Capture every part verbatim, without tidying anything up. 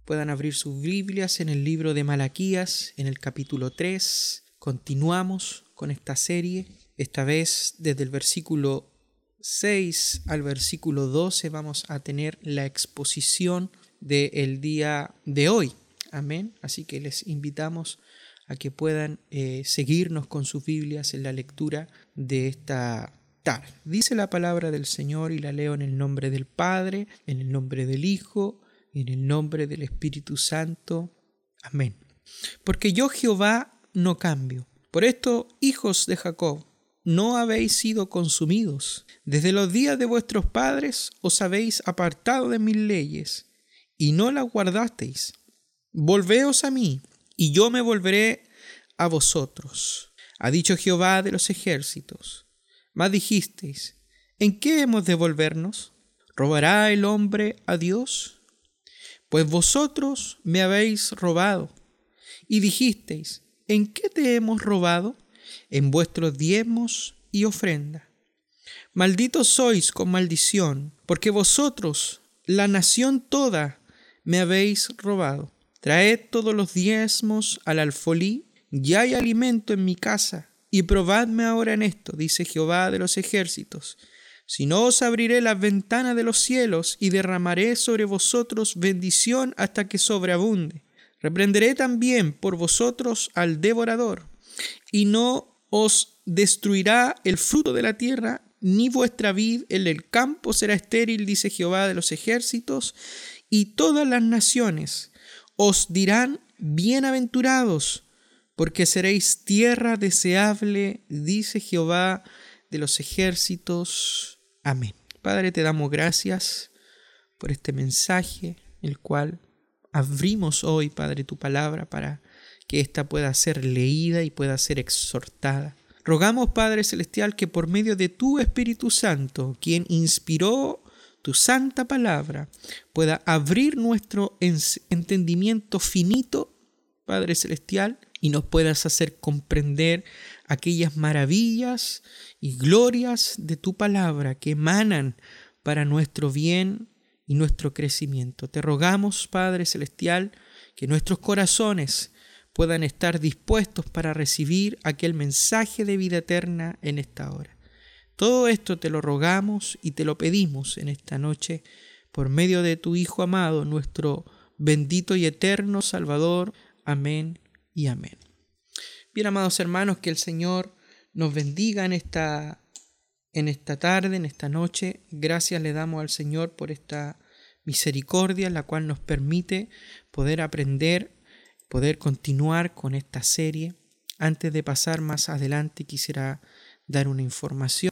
puedan abrir sus Biblias en el libro de Malaquías, en el capítulo tres. Continuamos con esta serie, esta vez desde el versículo seis al versículo doce vamos a tener la exposición del día de hoy. Amén. Así que les invitamos a que puedan eh, seguirnos con sus Biblias en la lectura de esta tarde. Dice la palabra del Señor y la leo en el nombre del Padre, en el nombre del Hijo, en el nombre del Espíritu Santo. Amén. Porque yo, Jehová, no cambio. Por esto, hijos de Jacob, no habéis sido consumidos. Desde los días de vuestros padres os habéis apartado de mis leyes, y no las guardasteis. Volveos a mí, y yo me volveré a vosotros, ha dicho Jehová de los ejércitos. Mas dijisteis, ¿en qué hemos de volvernos? ¿Robará el hombre a Dios? Pues vosotros me habéis robado. Y dijisteis, ¿en qué te hemos robado? En vuestros diezmos y ofrenda. Malditos sois con maldición, porque vosotros, la nación toda, me habéis robado. Traed todos los diezmos al alfolí, ya hay alimento en mi casa, y probadme ahora en esto, dice Jehová de los ejércitos. Si no, os abriré las ventanas de los cielos y derramaré sobre vosotros bendición hasta que sobreabunde. Reprenderé también por vosotros al devorador, y no os destruirá el fruto de la tierra, ni vuestra vid en el campo será estéril, dice Jehová de los ejércitos, y todas las naciones os dirán bienaventurados, porque seréis tierra deseable, dice Jehová de los ejércitos. Amén. Padre, te damos gracias por este mensaje, el cual abrimos hoy, Padre, tu palabra para que ésta pueda ser leída y pueda ser exhortada. Rogamos, Padre Celestial, que por medio de tu Espíritu Santo, quien inspiró tu santa palabra, pueda abrir nuestro entendimiento finito, Padre Celestial, y nos puedas hacer comprender aquellas maravillas y glorias de tu palabra que emanan para nuestro bien y nuestro crecimiento. Te rogamos, Padre Celestial, que nuestros corazones puedan estar dispuestos para recibir aquel mensaje de vida eterna en esta hora. Todo esto te lo rogamos y te lo pedimos en esta noche por medio de tu Hijo amado, nuestro bendito y eterno Salvador. Amén y amén. Bien, amados hermanos, que el Señor nos bendiga en esta, en esta tarde, en esta noche. Gracias le damos al Señor por esta misericordia, la cual nos permite poder aprender, poder continuar con esta serie. Antes de pasar más adelante, quisiera dar una información.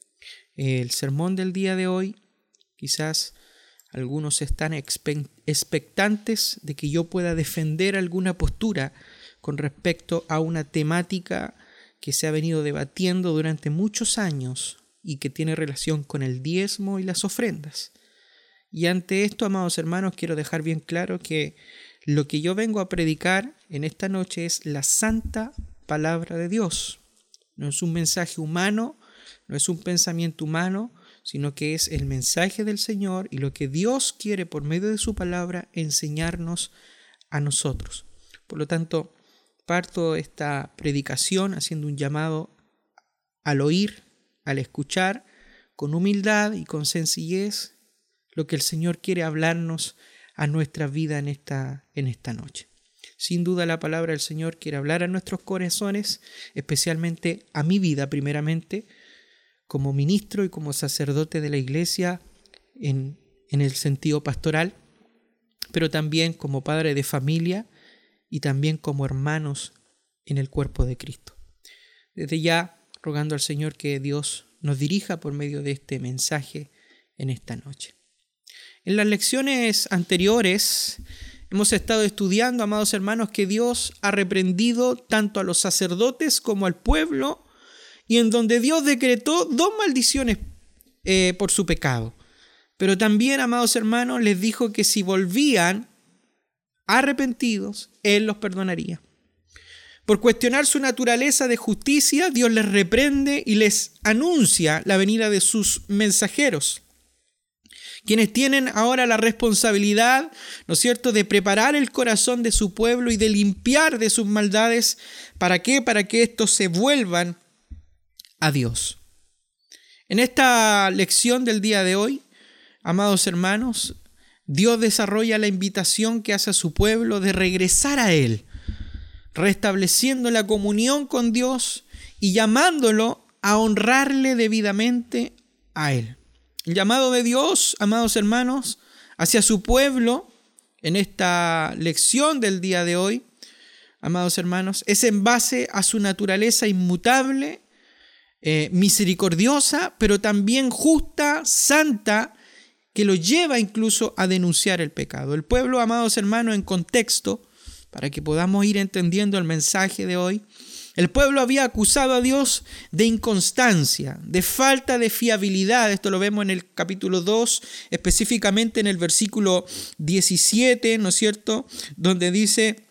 El sermón del día de hoy, quizás algunos están expectantes de que yo pueda defender alguna postura con respecto a una temática que se ha venido debatiendo durante muchos años y que tiene relación con el diezmo y las ofrendas. Y ante esto, amados hermanos, quiero dejar bien claro que lo que yo vengo a predicar en esta noche es la santa palabra de Dios. No es un mensaje humano, no es un pensamiento humano, sino que es el mensaje del Señor y lo que Dios quiere por medio de su palabra enseñarnos a nosotros. Por lo tanto, parto esta predicación haciendo un llamado al oír, al escuchar, con humildad y con sencillez, lo que el Señor quiere hablarnos a nuestra vida en esta, en esta noche. Sin duda la palabra del Señor quiere hablar a nuestros corazones, especialmente a mi vida primeramente, como ministro y como sacerdote de la iglesia en, en el sentido pastoral, pero también como padre de familia y también como hermanos en el cuerpo de Cristo. Desde ya, rogando al Señor que Dios nos dirija por medio de este mensaje en esta noche. En las lecciones anteriores hemos estado estudiando, amados hermanos, que Dios ha reprendido tanto a los sacerdotes como al pueblo, y en donde Dios decretó dos maldiciones eh, por su pecado. Pero también, amados hermanos, les dijo que si volvían arrepentidos, Él los perdonaría. Por cuestionar su naturaleza de justicia, Dios les reprende y les anuncia la venida de sus mensajeros, quienes tienen ahora la responsabilidad, ¿no es cierto?, de preparar el corazón de su pueblo y de limpiar de sus maldades. ¿Para qué? Para que estos se vuelvan a Dios. En esta lección del día de hoy, amados hermanos, Dios desarrolla la invitación que hace a su pueblo de regresar a Él, restableciendo la comunión con Dios y llamándolo a honrarle debidamente a Él. El llamado de Dios, amados hermanos, hacia su pueblo en esta lección del día de hoy, amados hermanos, es en base a su naturaleza inmutable, eh, misericordiosa, pero también justa, santa, que lo lleva incluso a denunciar el pecado. El pueblo, amados hermanos, en contexto, para que podamos ir entendiendo el mensaje de hoy, el pueblo había acusado a Dios de inconstancia, de falta de fiabilidad. Esto lo vemos en el capítulo dos, específicamente en el versículo diecisiete, ¿no es cierto?, donde dice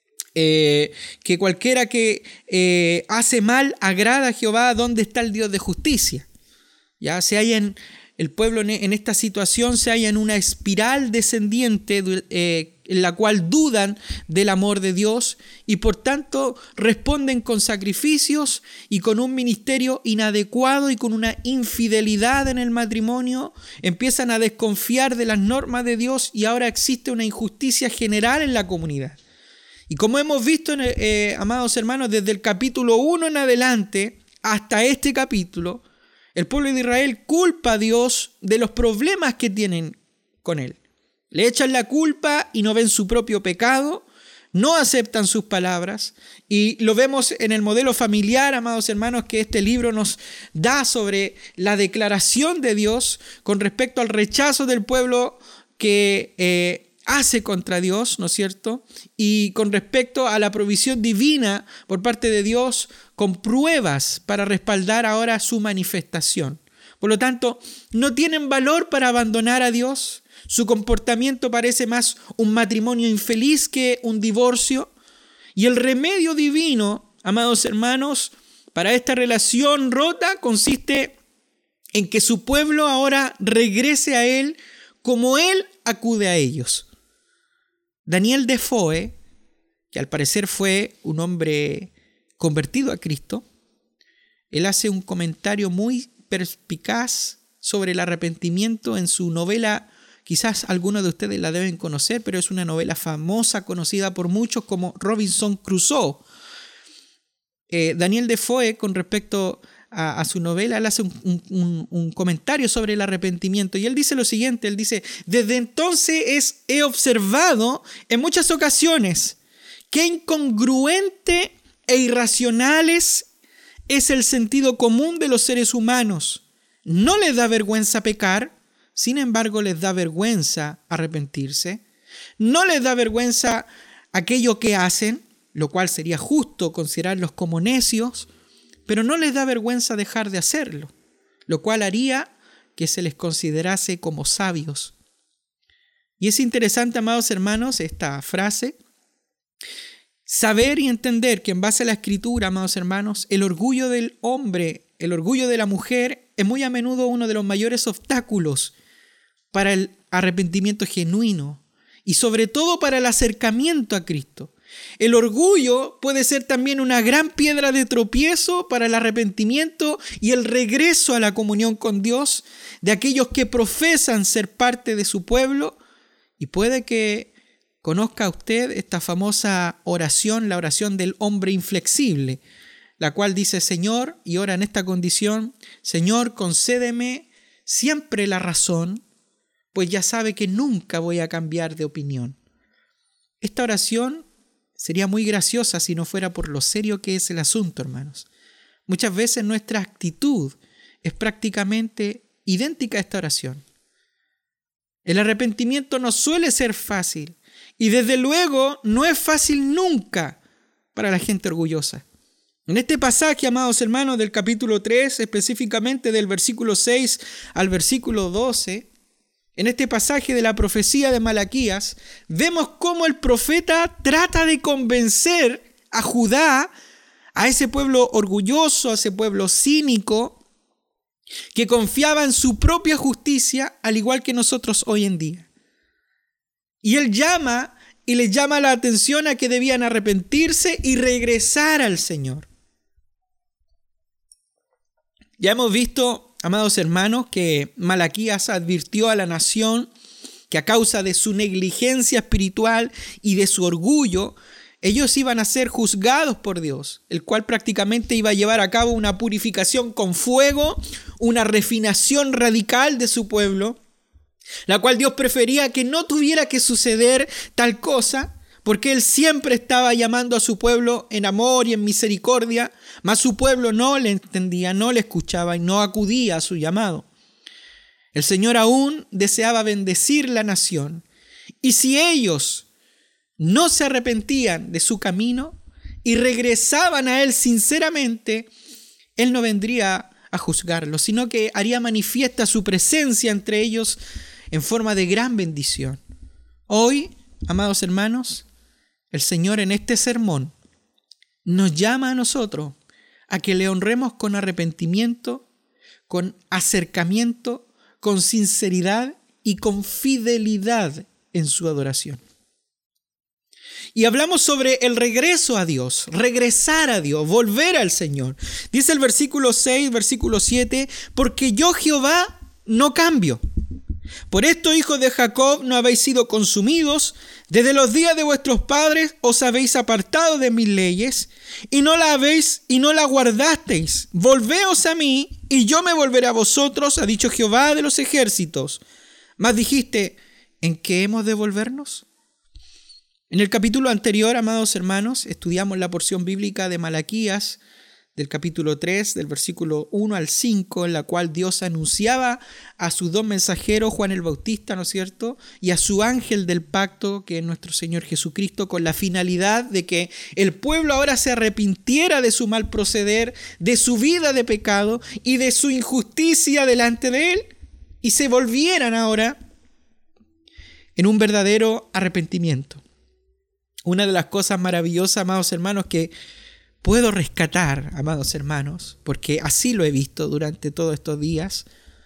eh, que cualquiera que eh, hace mal agrada a Jehová. ¿Dónde está el Dios de justicia? Ya se halla en el pueblo en esta situación, se halla en una espiral descendiente eh, en la cual dudan del amor de Dios y por tanto responden con sacrificios y con un ministerio inadecuado y con una infidelidad en el matrimonio. Empiezan a desconfiar de las normas de Dios y ahora existe una injusticia general en la comunidad. Y como hemos visto, eh, amados hermanos, desde el capítulo uno en adelante hasta este capítulo, el pueblo de Israel culpa a Dios de los problemas que tienen con Él. Le echan la culpa y no ven su propio pecado, no aceptan sus palabras. Y lo vemos en el modelo familiar, amados hermanos, que este libro nos da sobre la declaración de Dios con respecto al rechazo del pueblo que eh, hace contra Dios, ¿no es cierto? Y con respecto a la provisión divina por parte de Dios con pruebas para respaldar ahora su manifestación. Por lo tanto, no tienen valor para abandonar a Dios. Su comportamiento parece más un matrimonio infeliz que un divorcio. Y el remedio divino, amados hermanos, para esta relación rota consiste en que su pueblo ahora regrese a Él como Él acude a ellos. Daniel Defoe, que al parecer fue un hombre convertido a Cristo, él hace un comentario muy perspicaz sobre el arrepentimiento en su novela. Quizás algunos de ustedes la deben conocer, pero es una novela famosa, conocida por muchos como Robinson Crusoe. Eh, Daniel Defoe, con respecto a, a su novela, él hace un, un, un comentario sobre el arrepentimiento y él dice lo siguiente, él dice: desde entonces es, he observado en muchas ocasiones qué incongruente e irracionales es el sentido común de los seres humanos. No les da vergüenza pecar, sin embargo les da vergüenza arrepentirse. No les da vergüenza aquello que hacen, lo cual sería justo considerarlos como necios, pero no les da vergüenza dejar de hacerlo, lo cual haría que se les considerase como sabios. Y es interesante, amados hermanos, esta frase. Saber y entender que en base a la Escritura, amados hermanos, el orgullo del hombre, el orgullo de la mujer es muy a menudo uno de los mayores obstáculos para el arrepentimiento genuino y sobre todo para el acercamiento a Cristo. El orgullo puede ser también una gran piedra de tropiezo para el arrepentimiento y el regreso a la comunión con Dios de aquellos que profesan ser parte de su pueblo. Y puede que conozca usted esta famosa oración, la oración del hombre inflexible, la cual dice: Señor, y ora en esta condición: Señor, concédeme siempre la razón, pues ya sabe que nunca voy a cambiar de opinión. Esta oración sería muy graciosa si no fuera por lo serio que es el asunto, hermanos. Muchas veces nuestra actitud es prácticamente idéntica a esta oración. El arrepentimiento no suele ser fácil y desde luego no es fácil nunca para la gente orgullosa. En este pasaje, amados hermanos, del capítulo tres, específicamente del versículo seis al versículo doce, en este pasaje de la profecía de Malaquías, vemos cómo el profeta trata de convencer a Judá, a ese pueblo orgulloso, a ese pueblo cínico, que confiaba en su propia justicia, al igual que nosotros hoy en día. Y él llama y les llama la atención a que debían arrepentirse y regresar al Señor. Ya hemos visto, amados hermanos, que Malaquías advirtió a la nación que a causa de su negligencia espiritual y de su orgullo, ellos iban a ser juzgados por Dios, el cual prácticamente iba a llevar a cabo una purificación con fuego, una refinación radical de su pueblo, la cual Dios prefería que no tuviera que suceder tal cosa, porque Él siempre estaba llamando a su pueblo en amor y en misericordia, mas su pueblo no le entendía, no le escuchaba y no acudía a su llamado. El Señor aún deseaba bendecir la nación, y si ellos no se arrepentían de su camino y regresaban a Él sinceramente, Él no vendría a juzgarlos, sino que haría manifiesta su presencia entre ellos en forma de gran bendición. Hoy, amados hermanos, el Señor en este sermón nos llama a nosotros a que le honremos con arrepentimiento, con acercamiento, con sinceridad y con fidelidad en su adoración. Y hablamos sobre el regreso a Dios, regresar a Dios, volver al Señor. Dice el versículo seis, versículo siete, porque yo Jehová no cambio. Por esto, hijos de Jacob, no habéis sido consumidos. Desde los días de vuestros padres os habéis apartado de mis leyes y no la habéis y no la guardasteis. Volveos a mí y yo me volveré a vosotros, ha dicho Jehová de los ejércitos. Mas dijiste, ¿en qué hemos de volvernos? En el capítulo anterior, amados hermanos, estudiamos la porción bíblica de Malaquías, del capítulo tres, del versículo uno al cinco, en la cual Dios anunciaba a sus dos mensajeros, Juan el Bautista, ¿no es cierto?, y a su ángel del pacto, que es nuestro Señor Jesucristo, con la finalidad de que el pueblo ahora se arrepintiera de su mal proceder, de su vida de pecado y de su injusticia delante de Él, y se volvieran ahora en un verdadero arrepentimiento. Una de las cosas maravillosas, amados hermanos, que puedo rescatar, amados hermanos, porque así lo he visto durante todos estos días,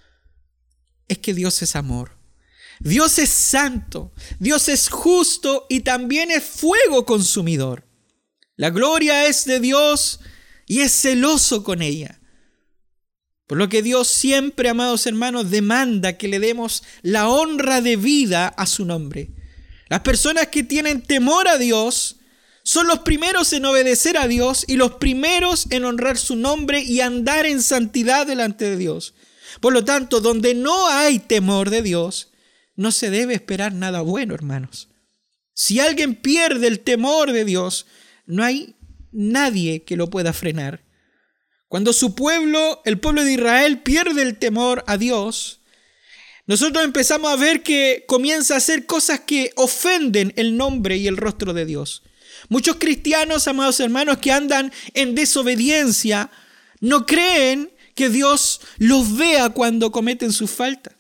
es que Dios es amor. Dios es santo, Dios es justo y también es fuego consumidor. La gloria es de Dios y es celoso con ella. Por lo que Dios siempre, amados hermanos, demanda que le demos la honra debida a su nombre. Las personas que tienen temor a Dios son los primeros en obedecer a Dios y los primeros en honrar su nombre y andar en santidad delante de Dios. Por lo tanto, donde no hay temor de Dios, no se debe esperar nada bueno, hermanos. Si alguien pierde el temor de Dios, no hay nadie que lo pueda frenar. Cuando su pueblo, el pueblo de Israel, pierde el temor a Dios, nosotros empezamos a ver que comienza a hacer cosas que ofenden el nombre y el rostro de Dios. Muchos cristianos, amados hermanos, que andan en desobediencia, no creen que Dios los vea cuando cometen sus faltas,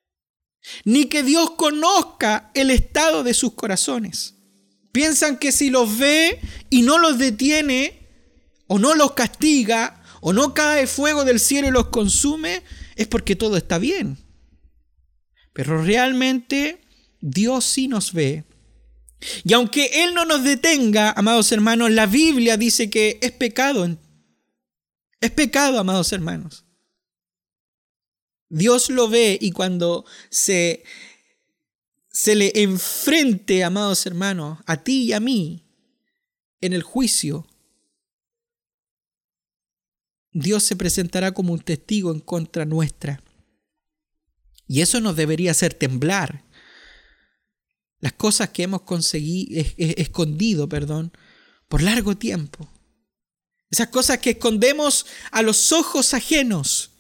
ni que Dios conozca el estado de sus corazones. Piensan que si los ve y no los detiene, o no los castiga, o no cae fuego del cielo y los consume, es porque todo está bien. Pero realmente Dios sí nos ve. Y aunque Él no nos detenga, amados hermanos, la Biblia dice que es pecado. Es pecado, amados hermanos. Dios lo ve y cuando se, se le enfrente, amados hermanos, a ti y a mí, en el juicio, Dios se presentará como un testigo en contra nuestra. Y eso nos debería hacer temblar. Las cosas que hemos conseguido, es, es, escondido, perdón, por largo tiempo. Esas cosas que escondemos a los ojos ajenos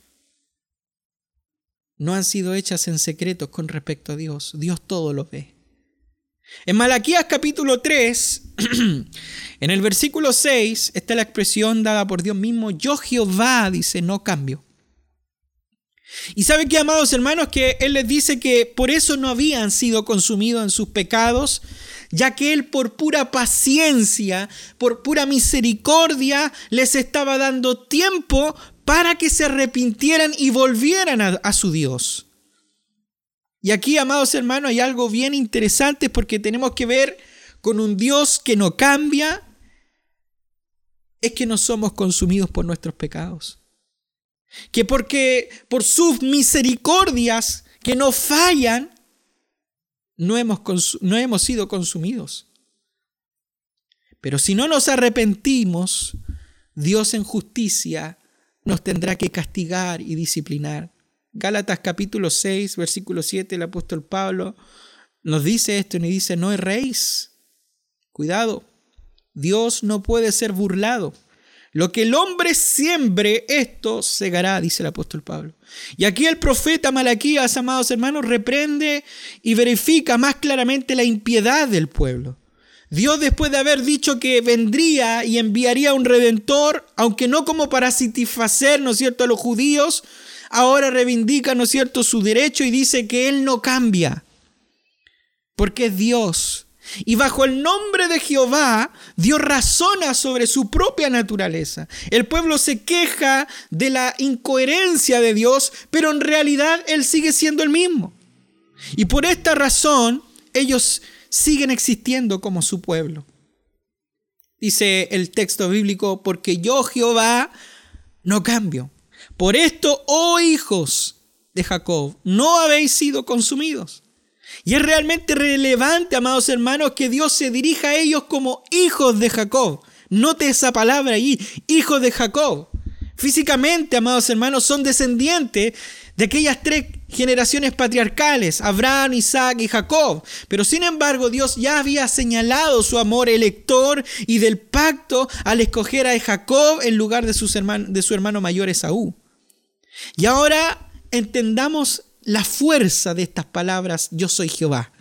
no han sido hechas en secreto con respecto a Dios. Dios todo lo ve. En Malaquías capítulo tres, en el versículo seis, está la expresión dada por Dios mismo. Yo Jehová, dice, no cambio. Y ¿saben qué, amados hermanos? Que Él les dice que por eso no habían sido consumidos en sus pecados, ya que Él por pura paciencia, por pura misericordia, les estaba dando tiempo para que se arrepintieran y volvieran a, a su Dios. Y aquí, amados hermanos, hay algo bien interesante porque tenemos que ver con un Dios que no cambia, es que no somos consumidos por nuestros pecados. Que porque por sus misericordias que no fallan, no hemos, no hemos sido consumidos. Pero si no nos arrepentimos, Dios en justicia nos tendrá que castigar y disciplinar. Gálatas capítulo seis, versículo siete, el apóstol Pablo nos dice esto y nos dice: no erréis. Cuidado, Dios no puede ser burlado. Lo que el hombre siembre, esto segará, dice el apóstol Pablo. Y aquí el profeta Malaquías, amados hermanos, reprende y verifica más claramente la impiedad del pueblo. Dios, después de haber dicho que vendría y enviaría un redentor, aunque no como para satisfacer, ¿no es cierto?, a los judíos, ahora reivindica, ¿no es cierto?, su derecho y dice que Él no cambia, porque es Dios. Y bajo el nombre de Jehová, Dios razona sobre su propia naturaleza. El pueblo se queja de la incoherencia de Dios, pero en realidad Él sigue siendo el mismo. Y por esta razón, ellos siguen existiendo como su pueblo. Dice el texto bíblico: porque yo, Jehová, no cambio. Por esto, oh hijos de Jacob, no habéis sido consumidos. Y es realmente relevante, amados hermanos, que Dios se dirija a ellos como hijos de Jacob. Note esa palabra ahí, hijos de Jacob. Físicamente, amados hermanos, son descendientes de aquellas tres generaciones patriarcales, Abraham, Isaac y Jacob. Pero sin embargo, Dios ya había señalado su amor elector y del pacto al escoger a Jacob en lugar de, sus hermanos, de su hermano mayor Esaú. Y ahora entendamos la fuerza de estas palabras: yo soy Jehová.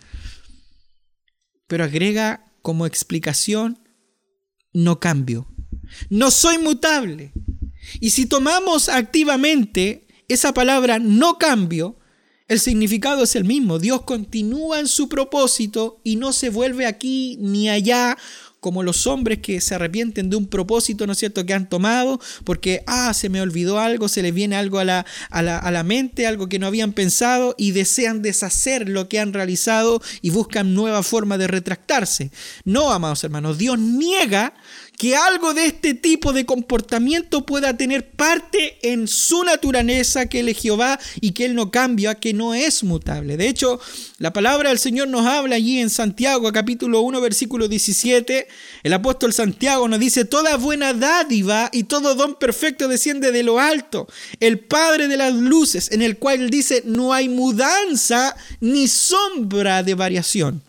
Pero agrega como explicación: no cambio, no soy mutable. Y si tomamos activamente esa palabra no cambio, el significado es el mismo. Dios continúa en su propósito y no se vuelve aquí ni allá, como los hombres que se arrepienten de un propósito, ¿no es cierto?, que han tomado, porque, ah, se me olvidó algo, se les viene algo a la, a la, a la mente, algo que no habían pensado, y desean deshacer lo que han realizado y buscan nueva forma de retractarse. No, amados hermanos, Dios niega que algo de este tipo de comportamiento pueda tener parte en su naturaleza, que Él es Jehová y que Él no cambia, que no es mutable. De hecho, la palabra del Señor nos habla allí en Santiago, capítulo uno, versículo diecisiete. El apóstol Santiago nos dice: toda buena dádiva y todo don perfecto desciende de lo alto, el Padre de las luces, en el cual Él dice: no hay mudanza ni sombra de variación.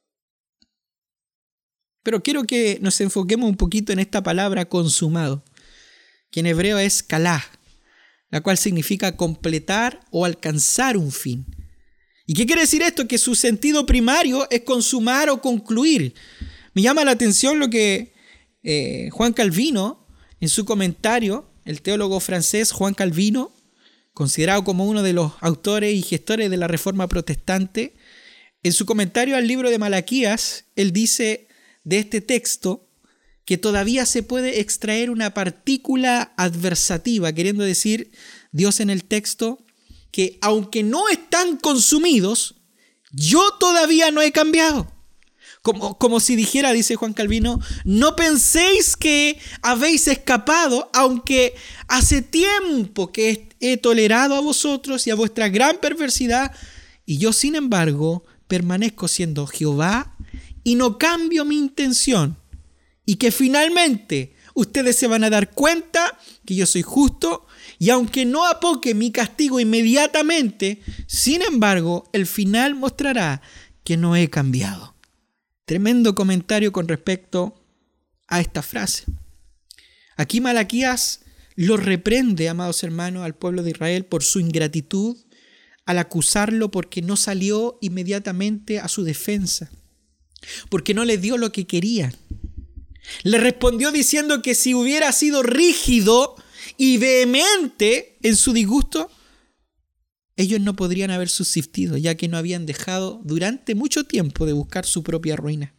Pero quiero que nos enfoquemos un poquito en esta palabra consumado, que en hebreo es kalá, la cual significa completar o alcanzar un fin. ¿Y qué quiere decir esto? Que su sentido primario es consumar o concluir. Me llama la atención lo que eh, Juan Calvino, en su comentario, el teólogo francés Juan Calvino, considerado como uno de los autores y gestores de la Reforma Protestante, en su comentario al libro de Malaquías, él dice de este texto que todavía se puede extraer una partícula adversativa, queriendo decir Dios en el texto que aunque no están consumidos, yo todavía no he cambiado. Como, como si dijera, dice Juan Calvino: no penséis que habéis escapado, aunque hace tiempo que he tolerado a vosotros y a vuestra gran perversidad, y yo sin embargo permanezco siendo Jehová y no cambio mi intención, y que finalmente ustedes se van a dar cuenta que yo soy justo, y aunque no apoque mi castigo inmediatamente, sin embargo, el final mostrará que no he cambiado. Tremendo comentario con respecto a esta frase. Aquí Malaquías lo reprende, amados hermanos, al pueblo de Israel por su ingratitud, al acusarlo porque no salió inmediatamente a su defensa, porque no les dio lo que querían. Le respondió diciendo que si hubiera sido rígido y vehemente en su disgusto, ellos no podrían haber subsistido, ya que no habían dejado durante mucho tiempo de buscar su propia ruina.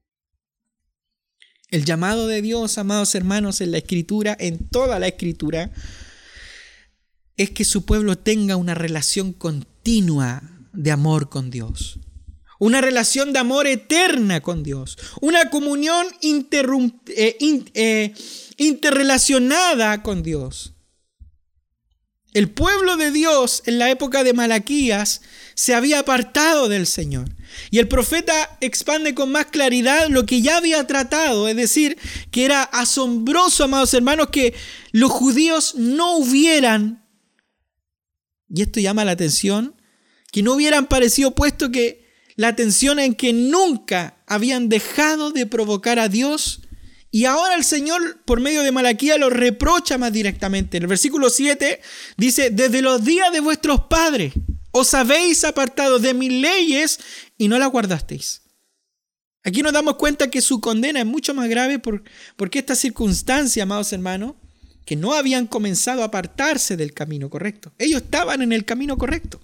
El llamado de Dios, amados hermanos, en la Escritura, en toda la Escritura, es que su pueblo tenga una relación continua de amor con Dios. Una relación de amor eterna con Dios. Una comunión interrum- eh, in- eh, interrelacionada con Dios. El pueblo de Dios en la época de Malaquías se había apartado del Señor. Y el profeta expande con más claridad lo que ya había tratado, es decir, que era asombroso, amados hermanos, que los judíos no hubieran, y esto llama la atención, que no hubieran parecido puesto que la atención en que nunca habían dejado de provocar a Dios. Y ahora el Señor, por medio de Malaquías, lo reprocha más directamente. En el versículo siete dice: desde los días de vuestros padres os habéis apartado de mis leyes y no las guardasteis. Aquí nos damos cuenta que su condena es mucho más grave por, porque esta circunstancia, amados hermanos, que no habían comenzado a apartarse del camino correcto. Ellos estaban en el camino correcto.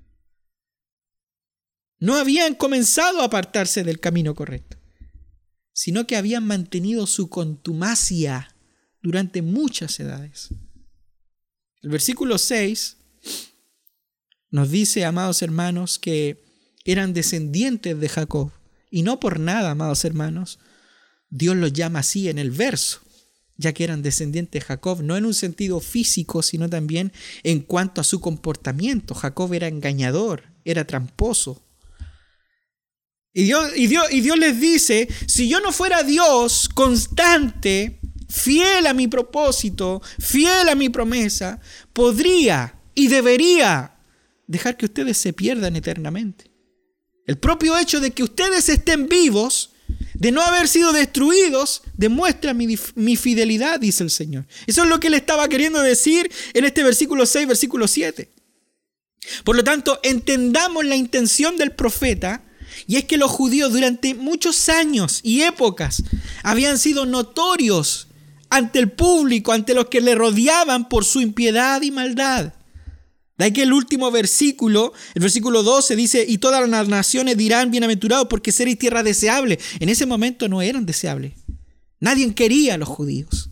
No habían comenzado a apartarse del camino correcto, sino que habían mantenido su contumacia durante muchas edades. El versículo seis nos dice, amados hermanos, que eran descendientes de Jacob. Y no por nada, amados hermanos, Dios los llama así en el verso, ya que eran descendientes de Jacob, no en un sentido físico, sino también en cuanto a su comportamiento. Jacob era engañador, era tramposo. Y Dios, y Dios, y Dios les dice, si yo no fuera Dios constante, fiel a mi propósito, fiel a mi promesa, podría y debería dejar que ustedes se pierdan eternamente. El propio hecho de que ustedes estén vivos, de no haber sido destruidos, demuestra mi, mi fidelidad, dice el Señor. Eso es lo que él estaba queriendo decir en este versículo seis, versículo siete. Por lo tanto, entendamos la intención del profeta. Y es que los judíos durante muchos años y épocas habían sido notorios ante el público, ante los que le rodeaban por su impiedad y maldad. De ahí que el último versículo, el versículo doce, dice: y todas las naciones dirán bienaventurados porque seréis tierra deseable. En ese momento no eran deseables. Nadie quería a los judíos.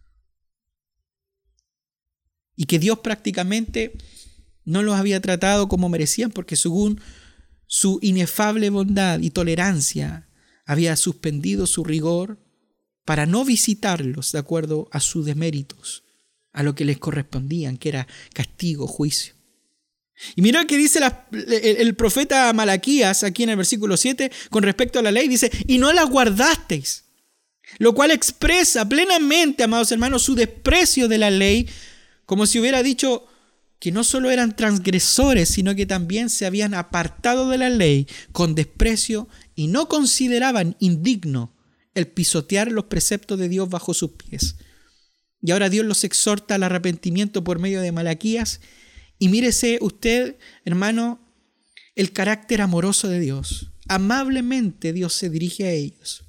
Y que Dios prácticamente no los había tratado como merecían, porque según su inefable bondad y tolerancia había suspendido su rigor para no visitarlos de acuerdo a sus deméritos, a lo que les correspondían, que era castigo, juicio. Y mira que dice la, el, el profeta Malaquías aquí en el versículo siete con respecto a la ley, dice: y no la guardasteis, lo cual expresa plenamente, amados hermanos, su desprecio de la ley, como si hubiera dicho que no solo eran transgresores, sino que también se habían apartado de la ley con desprecio y no consideraban indigno el pisotear los preceptos de Dios bajo sus pies. Y ahora Dios los exhorta al arrepentimiento por medio de Malaquías. Y mírese usted, hermano, el carácter amoroso de Dios. Amablemente Dios se dirige a ellos.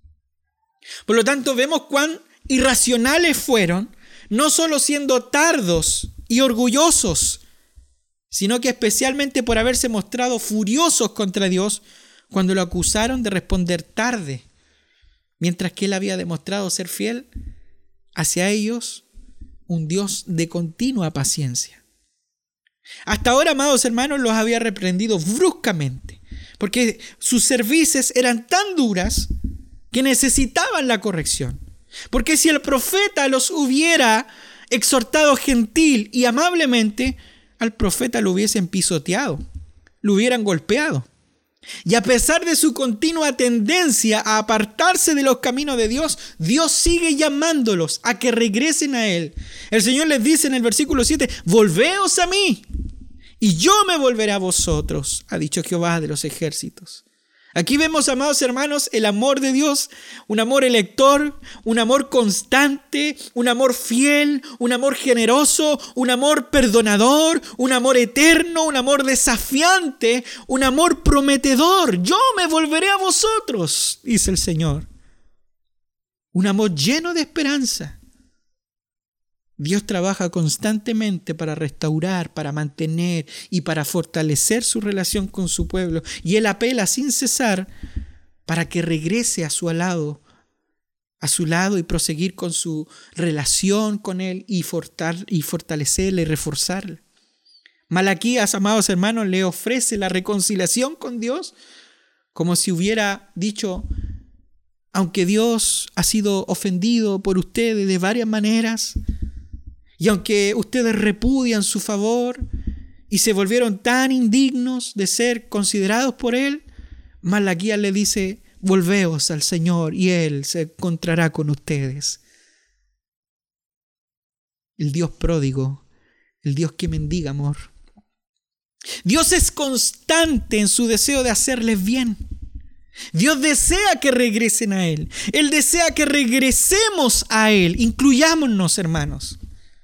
Por lo tanto, vemos cuán irracionales fueron, no solo siendo tardos y orgullosos, sino que especialmente por haberse mostrado furiosos contra Dios cuando lo acusaron de responder tarde, mientras que él había demostrado ser fiel hacia ellos, un Dios de continua paciencia. Hasta ahora, amados hermanos, los había reprendido bruscamente, porque sus cervices eran tan duras que necesitaban la corrección. Porque si el profeta los hubiera exhortado gentil y amablemente, al profeta lo hubiesen pisoteado, lo hubieran golpeado. Y a pesar de su continua tendencia a apartarse de los caminos de Dios, Dios sigue llamándolos a que regresen a Él. El Señor les dice en el versículo siete: volveos a mí, y yo me volveré a vosotros, ha dicho Jehová de los ejércitos. Aquí vemos, amados hermanos, el amor de Dios, un amor elector, un amor constante, un amor fiel, un amor generoso, un amor perdonador, un amor eterno, un amor desafiante, un amor prometedor. Yo me volveré a vosotros, dice el Señor. Un amor lleno de esperanza. Dios trabaja constantemente para restaurar, para mantener y para fortalecer su relación con su pueblo. Y Él apela sin cesar para que regrese a su lado, a su lado y proseguir con su relación con Él y, fortal- y fortalecerla y reforzarla. Malaquías, amados hermanos, le ofrece la reconciliación con Dios como si hubiera dicho: aunque Dios ha sido ofendido por ustedes de varias maneras, y aunque ustedes repudian su favor y se volvieron tan indignos de ser considerados por Él, Malaquías le dice: volveos al Señor y Él se encontrará con ustedes. El Dios pródigo, el Dios que mendiga amor. Dios es constante en su deseo de hacerles bien. Dios desea que regresen a Él. Él desea que regresemos a Él. Incluyámonos, hermanos.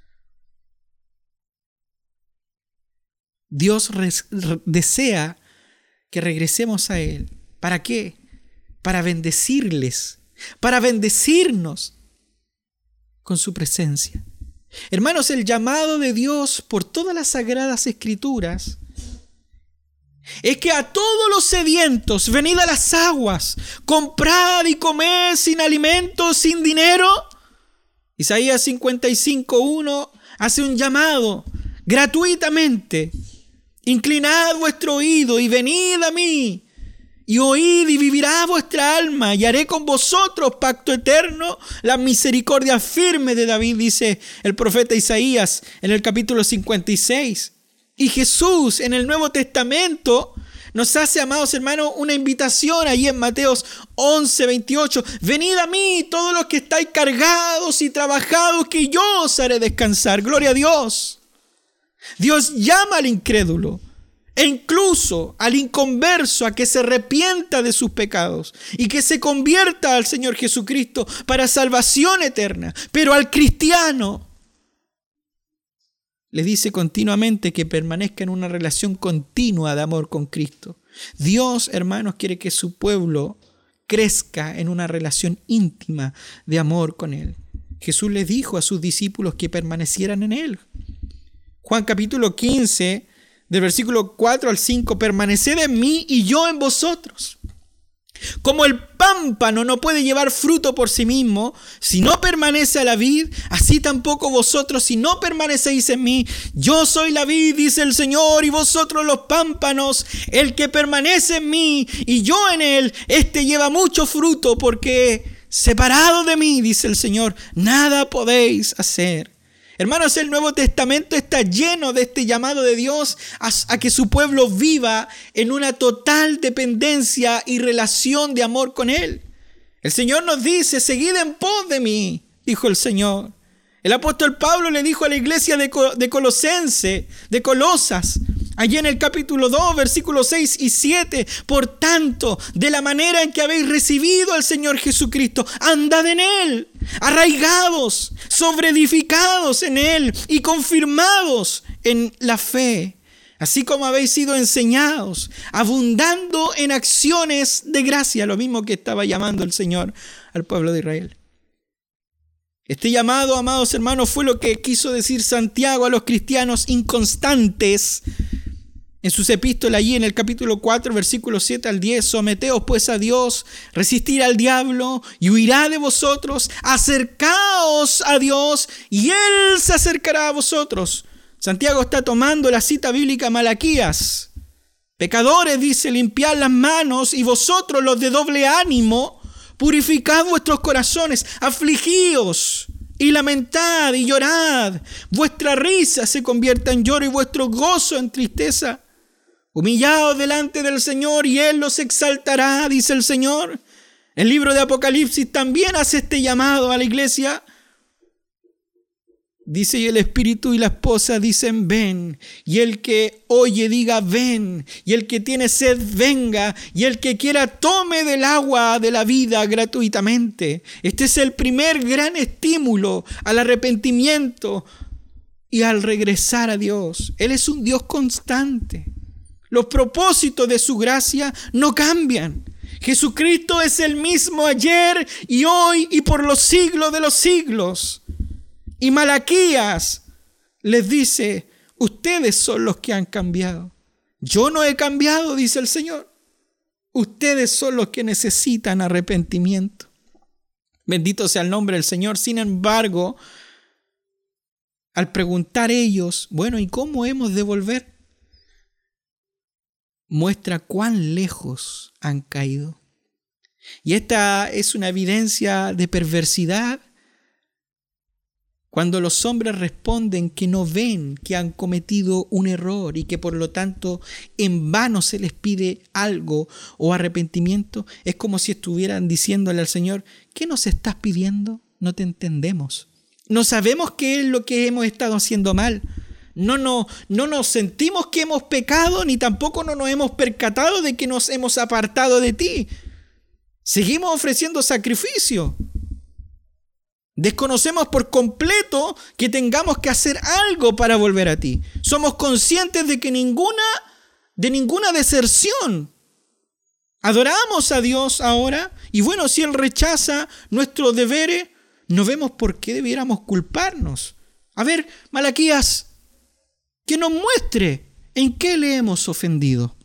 Dios res- desea que regresemos a Él. ¿Para qué? Para bendecirles, para bendecirnos con su presencia. Hermanos, el llamado de Dios por todas las sagradas escrituras es que a todos los sedientos, venid a las aguas, comprad y comed sin alimento, sin dinero. Isaías cincuenta y cinco, uno hace un llamado gratuitamente. Inclinad vuestro oído y venid a mí, y oíd y vivirá vuestra alma, y haré con vosotros pacto eterno, la misericordia firme de David, dice el profeta Isaías en el capítulo cincuenta y seis. Y Jesús en el Nuevo Testamento nos hace, amados hermanos, una invitación allí en Mateos once, veintiocho. Venid a mí todos los que estáis cargados y trabajados, que yo os haré descansar. Gloria a Dios. Dios llama al incrédulo e incluso al inconverso a que se arrepienta de sus pecados y que se convierta al Señor Jesucristo para salvación eterna. Pero al cristiano le dice continuamente que permanezca en una relación continua de amor con Cristo. Dios, hermanos, quiere que su pueblo crezca en una relación íntima de amor con Él. Jesús les dijo a sus discípulos que permanecieran en Él. Juan capítulo quince, del versículo cuatro al cinco, permaneced en mí y yo en vosotros. Como el pámpano no puede llevar fruto por sí mismo si no permanece a la vid, así tampoco vosotros si no permanecéis en mí. Yo soy la vid, dice el Señor, y vosotros los pámpanos. El que permanece en mí y yo en él, éste lleva mucho fruto, porque separado de mí, dice el Señor, nada podéis hacer. Hermanos, el Nuevo Testamento está lleno de este llamado de Dios a, a que su pueblo viva en una total dependencia y relación de amor con Él. El Señor nos dice: seguid en pos de mí, dijo el Señor. El apóstol Pablo le dijo a la iglesia de, de Colosense, de Colosas, allí en el capítulo dos, versículos seis y siete, por tanto, de la manera en que habéis recibido al Señor Jesucristo, andad en Él, arraigados, sobreedificados en Él y confirmados en la fe, así como habéis sido enseñados, abundando en acciones de gracia, lo mismo que estaba llamando el Señor al pueblo de Israel. Este llamado, amados hermanos, fue lo que quiso decir Santiago a los cristianos inconstantes en sus epístolas, allí en el capítulo cuatro, versículos siete al diez. Someteos pues a Dios, resistir al diablo y huirá de vosotros. Acercaos a Dios y Él se acercará a vosotros. Santiago está tomando la cita bíblica Malaquías. Pecadores, dice, limpiad las manos, y vosotros los de doble ánimo, purificad vuestros corazones, afligíos y lamentad y llorad. Vuestra risa se convierta en lloro y vuestro gozo en tristeza. Humillaos delante del Señor y Él los exaltará, dice el Señor. El libro de Apocalipsis también hace este llamado a la iglesia. Dice: y el Espíritu y la esposa dicen: ven. Y el que oye diga: ven. Y el que tiene sed, venga. Y el que quiera, tome del agua de la vida gratuitamente. Este es el primer gran estímulo al arrepentimiento y al regresar a Dios. Él es un Dios constante. Los propósitos de su gracia no cambian. Jesucristo es el mismo ayer y hoy y por los siglos de los siglos. Y Malaquías les dice, ustedes son los que han cambiado. Yo no he cambiado, dice el Señor. Ustedes son los que necesitan arrepentimiento. Bendito sea el nombre del Señor. Sin embargo, al preguntar ellos, bueno, ¿y cómo hemos de volver? Muestra cuán lejos han caído. Y esta es una evidencia de perversidad cuando los hombres responden que no ven que han cometido un error y que por lo tanto en vano se les pide algo o arrepentimiento. Es como si estuvieran diciéndole al Señor, ¿qué nos estás pidiendo? No te entendemos. No sabemos qué es lo que hemos estado haciendo mal. No, no, no nos sentimos que hemos pecado, ni tampoco no nos hemos percatado de que nos hemos apartado de ti. Seguimos ofreciendo sacrificio. Desconocemos por completo que tengamos que hacer algo para volver a ti. Somos conscientes de que ninguna, de ninguna deserción. Adoramos a Dios ahora y bueno, si Él rechaza nuestros deberes, no vemos por qué debiéramos culparnos. A ver, Malaquías, que nos muestre en qué le hemos ofendido.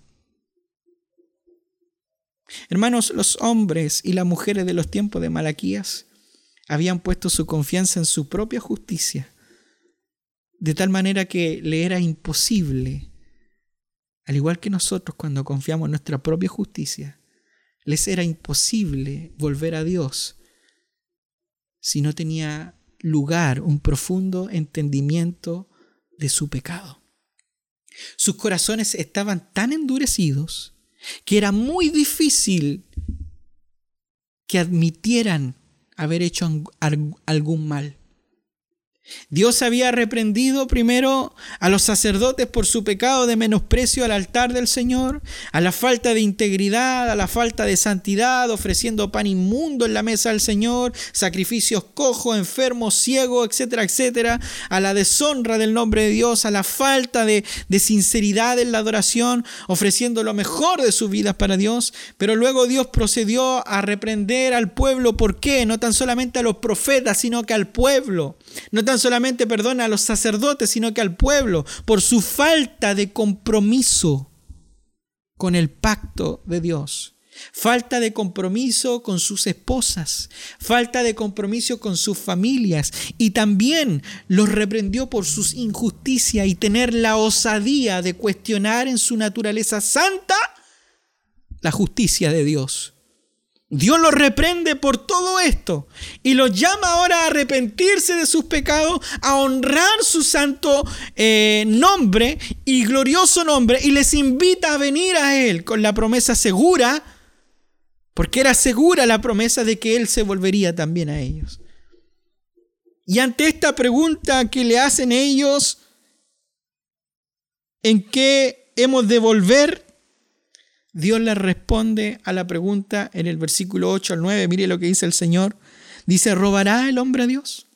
Hermanos, los hombres y las mujeres de los tiempos de Malaquías habían puesto su confianza en su propia justicia, de tal manera que le era imposible, al igual que nosotros cuando confiamos en nuestra propia justicia, les era imposible volver a Dios si no tenía lugar un profundo entendimiento de su pecado. Sus corazones estaban tan endurecidos que era muy difícil que admitieran haber hecho algún mal. Dios había reprendido primero a los sacerdotes por su pecado de menosprecio al altar del Señor, a la falta de integridad, a la falta de santidad, ofreciendo pan inmundo en la mesa del Señor, sacrificios cojos, enfermos, ciegos, etcétera, etcétera, a la deshonra del nombre de Dios, a la falta de, de sinceridad en la adoración, ofreciendo lo mejor de sus vidas para Dios. Pero luego Dios procedió a reprender al pueblo. ¿Por qué? No tan solamente a los profetas, sino que al pueblo. No tan solamente, perdona, a los sacerdotes, sino que al pueblo, por su falta de compromiso con el pacto de Dios. Falta de compromiso con sus esposas, falta de compromiso con sus familias, y también los reprendió por sus injusticias y tener la osadía de cuestionar en su naturaleza santa la justicia de Dios. Dios los reprende por todo esto y los llama ahora a arrepentirse de sus pecados, a honrar su santo eh, nombre y glorioso nombre, y les invita a venir a Él con la promesa segura, porque era segura la promesa de que Él se volvería también a ellos. Y ante esta pregunta que le hacen ellos, ¿en qué hemos de volver?, Dios les responde a la pregunta en el versículo ocho al nueve. Mire lo que dice el Señor. Dice, ¿robará el hombre a Dios?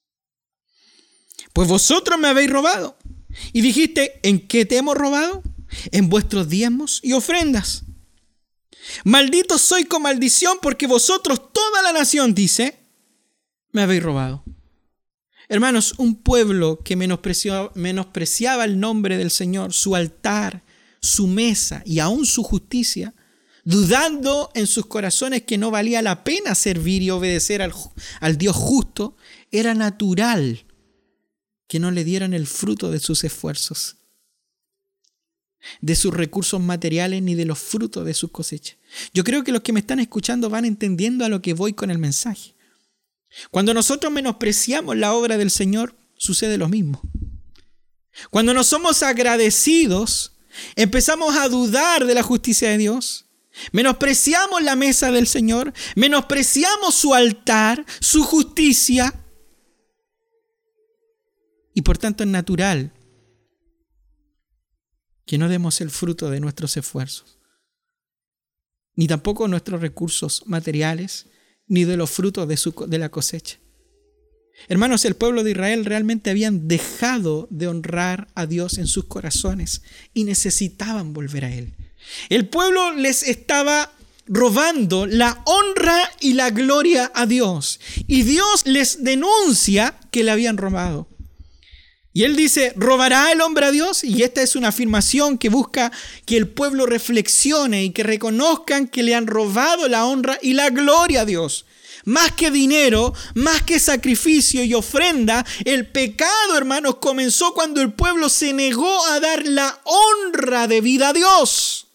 Pues vosotros me habéis robado. Y dijiste, ¿en qué te hemos robado? En vuestros diezmos y ofrendas. Maldito soy con maldición, porque vosotros, toda la nación, dice, me habéis robado. Hermanos, un pueblo que menospreciaba, menospreciaba el nombre del Señor, su altar, su mesa y aún su justicia, dudando en sus corazones que no valía la pena servir y obedecer al, al Dios justo, era natural que no le dieran el fruto de sus esfuerzos, de sus recursos materiales, ni de los frutos de sus cosechas. Yo creo que los que me están escuchando van entendiendo a lo que voy con el mensaje. Cuando nosotros menospreciamos la obra del Señor, sucede lo mismo. Cuando no somos agradecidos, empezamos a dudar de la justicia de Dios, menospreciamos la mesa del Señor, menospreciamos su altar, su justicia, y por tanto es natural que no demos el fruto de nuestros esfuerzos, ni tampoco nuestros recursos materiales, ni de los frutos de, su, de la cosecha. Hermanos, el pueblo de Israel realmente habían dejado de honrar a Dios en sus corazones y necesitaban volver a Él. El pueblo les estaba robando la honra y la gloria a Dios. Y Dios les denuncia que le habían robado. Y él dice, ¿robará el hombre a Dios? Y esta es una afirmación que busca que el pueblo reflexione y que reconozcan que le han robado la honra y la gloria a Dios. Más que dinero, más que sacrificio y ofrenda, el pecado, hermanos, comenzó cuando el pueblo se negó a dar la honra debida a Dios.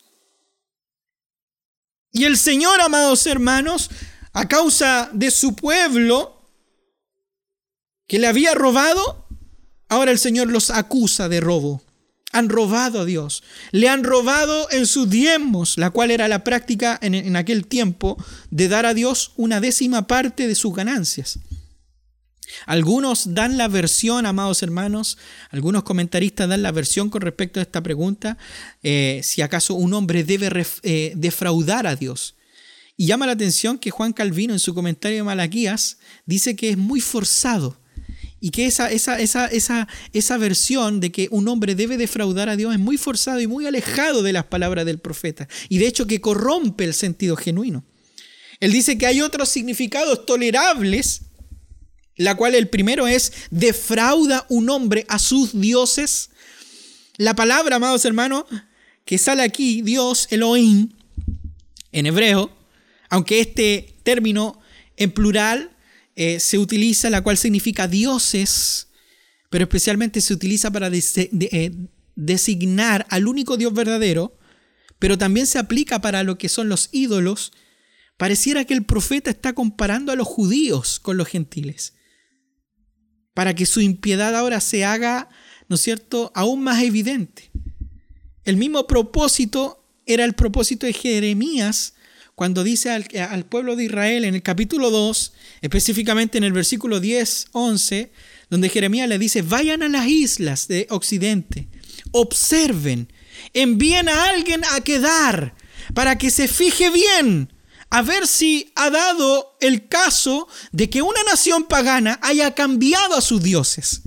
Y el Señor, amados hermanos, a causa de su pueblo que le había robado, ahora el Señor los acusa de robo. Han robado a Dios. Le han robado en sus diezmos, la cual era la práctica en, en aquel tiempo de dar a Dios una décima parte de sus ganancias. Algunos dan la versión, amados hermanos, algunos comentaristas dan la versión con respecto a esta pregunta, eh, si acaso un hombre debe ref, eh, defraudar a Dios. Y llama la atención que Juan Calvino en su comentario de Malaquías dice que es muy forzado. Y que esa, esa, esa, esa, esa versión de que un hombre debe defraudar a Dios es muy forzado y muy alejado de las palabras del profeta. Y de hecho que corrompe el sentido genuino. Él dice que hay otros significados tolerables, la cual el primero es defrauda un hombre a sus dioses. La palabra, amados hermanos, que sale aquí, Dios, Elohim, en hebreo, aunque este término en plural Eh, se utiliza, la cual significa dioses, pero especialmente se utiliza para des- de, eh, designar al único Dios verdadero, pero también se aplica para lo que son los ídolos. Pareciera que el profeta está comparando a los judíos con los gentiles, para que su impiedad ahora se haga, ¿no es cierto?, aún más evidente. El mismo propósito era el propósito de Jeremías, cuando dice al, al pueblo de Israel en el capítulo dos, específicamente en el versículo diez, once, donde Jeremías le dice, vayan a las islas de Occidente, observen, envíen a alguien a quedar, para que se fije bien, a ver si ha dado el caso de que una nación pagana haya cambiado a sus dioses.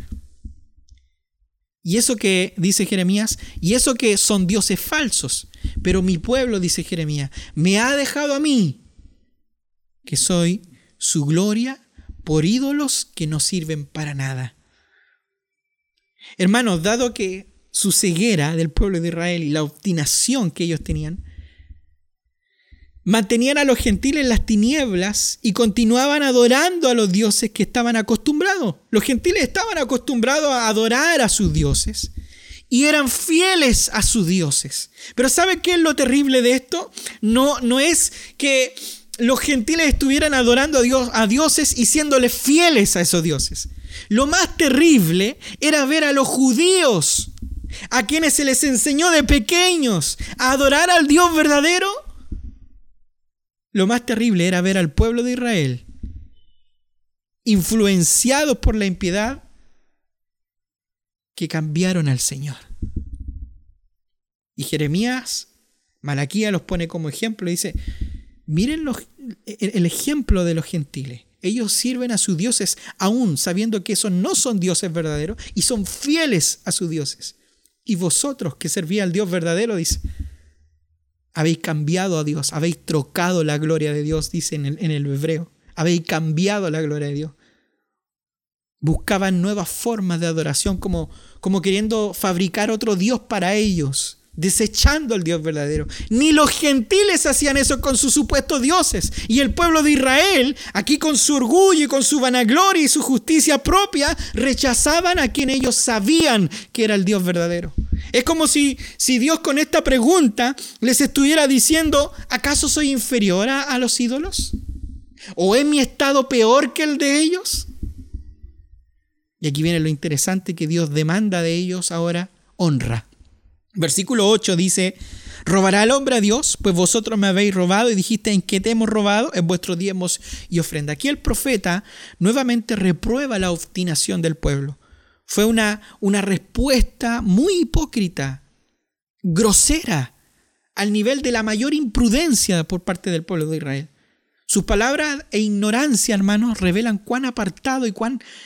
Y eso que, dice Jeremías, y eso que son dioses falsos. Pero mi pueblo, dice Jeremías, me ha dejado a mí, que soy su gloria, por ídolos que no sirven para nada. Hermanos, dado que su ceguera del pueblo de Israel y la obstinación que ellos tenían, mantenían a los gentiles en las tinieblas y continuaban adorando a los dioses que estaban acostumbrados. Los gentiles estaban acostumbrados a adorar a sus dioses y eran fieles a sus dioses. Pero ¿sabe qué es lo terrible de esto? No, no es que los gentiles estuvieran adorando a, Dios, a dioses y siéndoles fieles a esos dioses. Lo más terrible era ver a los judíos, a quienes se les enseñó de pequeños a adorar al Dios verdadero. Lo más terrible era ver al pueblo de Israel influenciados por la impiedad que cambiaron al Señor. Y Jeremías, Malaquías los pone como ejemplo y dice, miren los, el ejemplo de los gentiles. Ellos sirven a sus dioses aún sabiendo que esos no son dioses verdaderos y son fieles a sus dioses. Y vosotros que servís al Dios verdadero, dice, habéis cambiado a Dios, habéis trocado la gloria de Dios, dice en el, en el hebreo. Habéis cambiado la gloria de Dios. Buscaban nuevas formas de adoración, como, como queriendo fabricar otro Dios para ellos, desechando al Dios verdadero. Ni los gentiles hacían eso con sus supuestos dioses. Y el pueblo de Israel, aquí con su orgullo y con su vanagloria y su justicia propia, rechazaban a quien ellos sabían que era el Dios verdadero. Es como si, si Dios con esta pregunta les estuviera diciendo, ¿acaso soy inferior a, a los ídolos? ¿O es mi estado peor que el de ellos? Y aquí viene lo interesante, que Dios demanda de ellos ahora honra. Versículo ocho dice, ¿robará el hombre a Dios? Pues vosotros me habéis robado y dijiste, ¿en qué te hemos robado? En vuestros diezmos y ofrenda. Aquí el profeta nuevamente reprueba la obstinación del pueblo. Fue una, una respuesta muy hipócrita, grosera, al nivel de la mayor imprudencia por parte del pueblo de Israel. Sus palabras e ignorancia, hermanos, revelan cuán apartado y cuán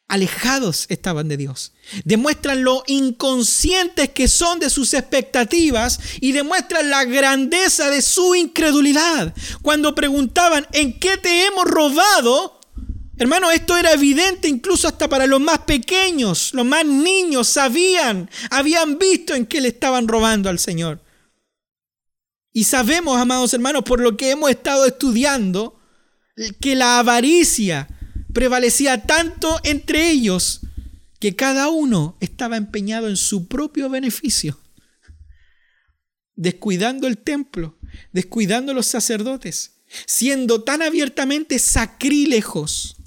alejados estaban de Dios. Demuestran lo inconscientes que son de sus expectativas y demuestran la grandeza de su incredulidad. Cuando preguntaban, ¿en qué te hemos robado? Hermano, esto era evidente incluso hasta para los más pequeños. Los más niños sabían, habían visto en qué le estaban robando al Señor. Y sabemos, amados hermanos, por lo que hemos estado estudiando, que la avaricia prevalecía tanto entre ellos que cada uno estaba empeñado en su propio beneficio, descuidando el templo, descuidando los sacerdotes, siendo tan abiertamente sacrílegos.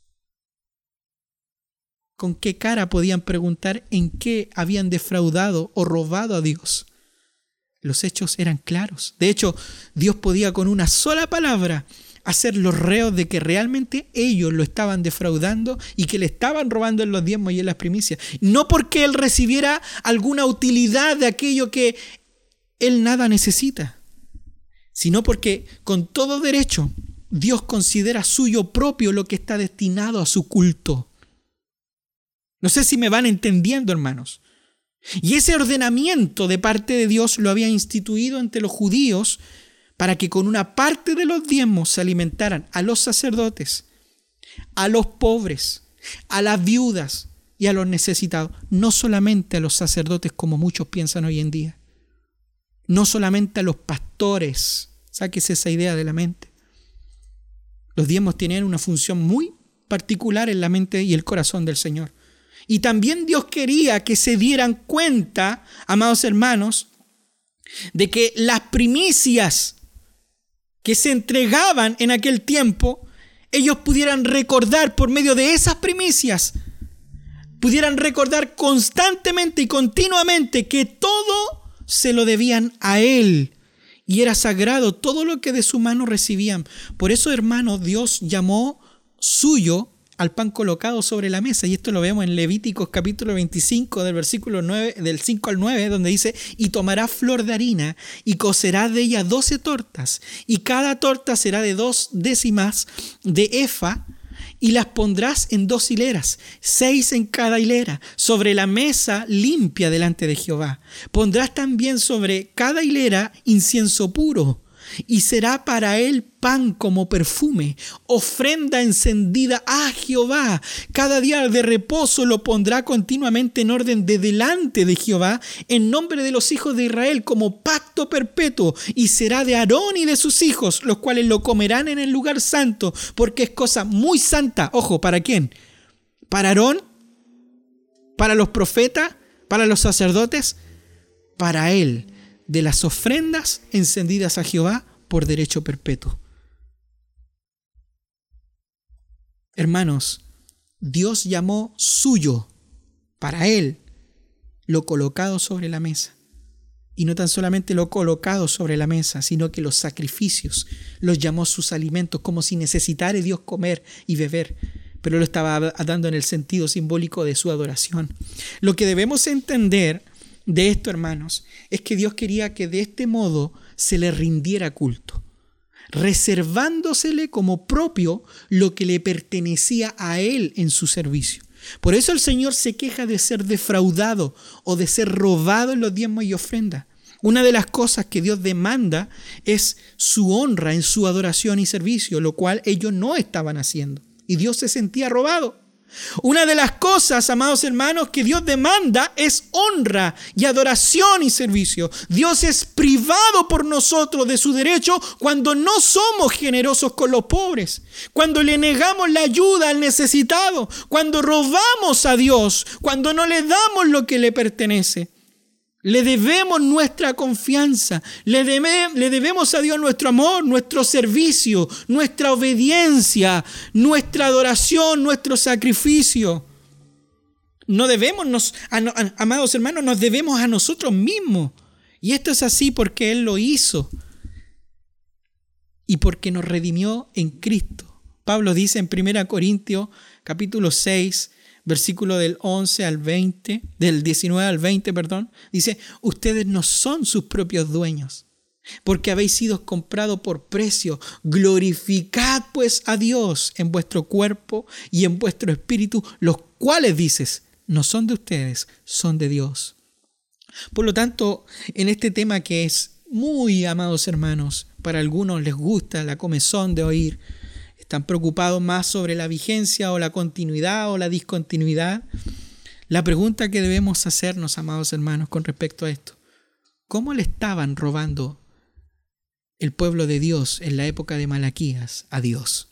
¿Con qué cara podían preguntar en qué habían defraudado o robado a Dios? Los hechos eran claros. De hecho, Dios podía con una sola palabra hacer los reos de que realmente ellos lo estaban defraudando y que le estaban robando en los diezmos y en las primicias. No porque Él recibiera alguna utilidad de aquello que Él nada necesita, sino porque con todo derecho Dios considera suyo propio lo que está destinado a su culto. No sé si me van entendiendo, hermanos. Y ese ordenamiento de parte de Dios lo había instituido entre los judíos para que con una parte de los diezmos se alimentaran a los sacerdotes, a los pobres, a las viudas y a los necesitados. No solamente a los sacerdotes como muchos piensan hoy en día. No solamente a los pastores. Sáquese esa idea de la mente. Los diezmos tienen una función muy particular en la mente y el corazón del Señor. Y también Dios quería que se dieran cuenta, amados hermanos, de que las primicias que se entregaban en aquel tiempo, ellos pudieran recordar por medio de esas primicias, pudieran recordar constantemente y continuamente que todo se lo debían a Él y era sagrado todo lo que de su mano recibían. Por eso, hermanos, Dios llamó suyo al pan colocado sobre la mesa, y esto lo vemos en Levíticos capítulo veinticinco del versículo nueve, del cinco al nueve, donde dice: y tomarás flor de harina y cocerás de ella doce tortas, y cada torta será de dos décimas de efa, y las pondrás en dos hileras, seis en cada hilera, sobre la mesa limpia delante de Jehová. Pondrás también sobre cada hilera incienso puro, y será para él pan como perfume, ofrenda encendida a Jehová. Cada día de reposo lo pondrá continuamente en orden de delante de Jehová, en nombre de los hijos de Israel, como pacto perpetuo, y será de Aarón y de sus hijos, los cuales lo comerán en el lugar santo, porque es cosa muy santa. Ojo, ¿para quién? ¿Para Aarón? ¿Para los profetas? ¿Para los sacerdotes? Para él, de las ofrendas encendidas a Jehová por derecho perpetuo. Hermanos, Dios llamó suyo, para Él, lo colocado sobre la mesa. Y no tan solamente lo colocado sobre la mesa, sino que los sacrificios los llamó sus alimentos, como si necesitara Dios comer y beber. Pero lo estaba dando en el sentido simbólico de su adoración. Lo que debemos entender de esto, hermanos, es que Dios quería que de este modo se le rindiera culto, reservándosele como propio lo que le pertenecía a Él en su servicio. Por eso el Señor se queja de ser defraudado o de ser robado en los diezmos y ofrendas. Una de las cosas que Dios demanda es su honra en su adoración y servicio, lo cual ellos no estaban haciendo. Y Dios se sentía robado. Una de las cosas, amados hermanos, que Dios demanda es honra y adoración y servicio. Dios es privado por nosotros de su derecho cuando no somos generosos con los pobres, cuando le negamos la ayuda al necesitado, cuando robamos a Dios, cuando no le damos lo que le pertenece. Le debemos nuestra confianza, le, debe, le debemos a Dios nuestro amor, nuestro servicio, nuestra obediencia, nuestra adoración, nuestro sacrificio. No debemos, nos, a, a, amados hermanos, nos debemos a nosotros mismos. Y esto es así porque Él lo hizo y porque nos redimió en Cristo. Pablo dice en primera Corintios capítulo seis, versículo del once al veinte, del diecinueve al veinte, perdón, dice: ustedes no son sus propios dueños, porque habéis sido comprados por precio. Glorificad pues a Dios en vuestro cuerpo y en vuestro espíritu, los cuales, dices, no son de ustedes, son de Dios. Por lo tanto, en este tema que es muy, amados hermanos, para algunos les gusta la comezón de oír, están preocupados más sobre la vigencia o la continuidad o la discontinuidad. La pregunta que debemos hacernos, amados hermanos, con respecto a esto: ¿cómo le estaban robando el pueblo de Dios en la época de Malaquías a Dios?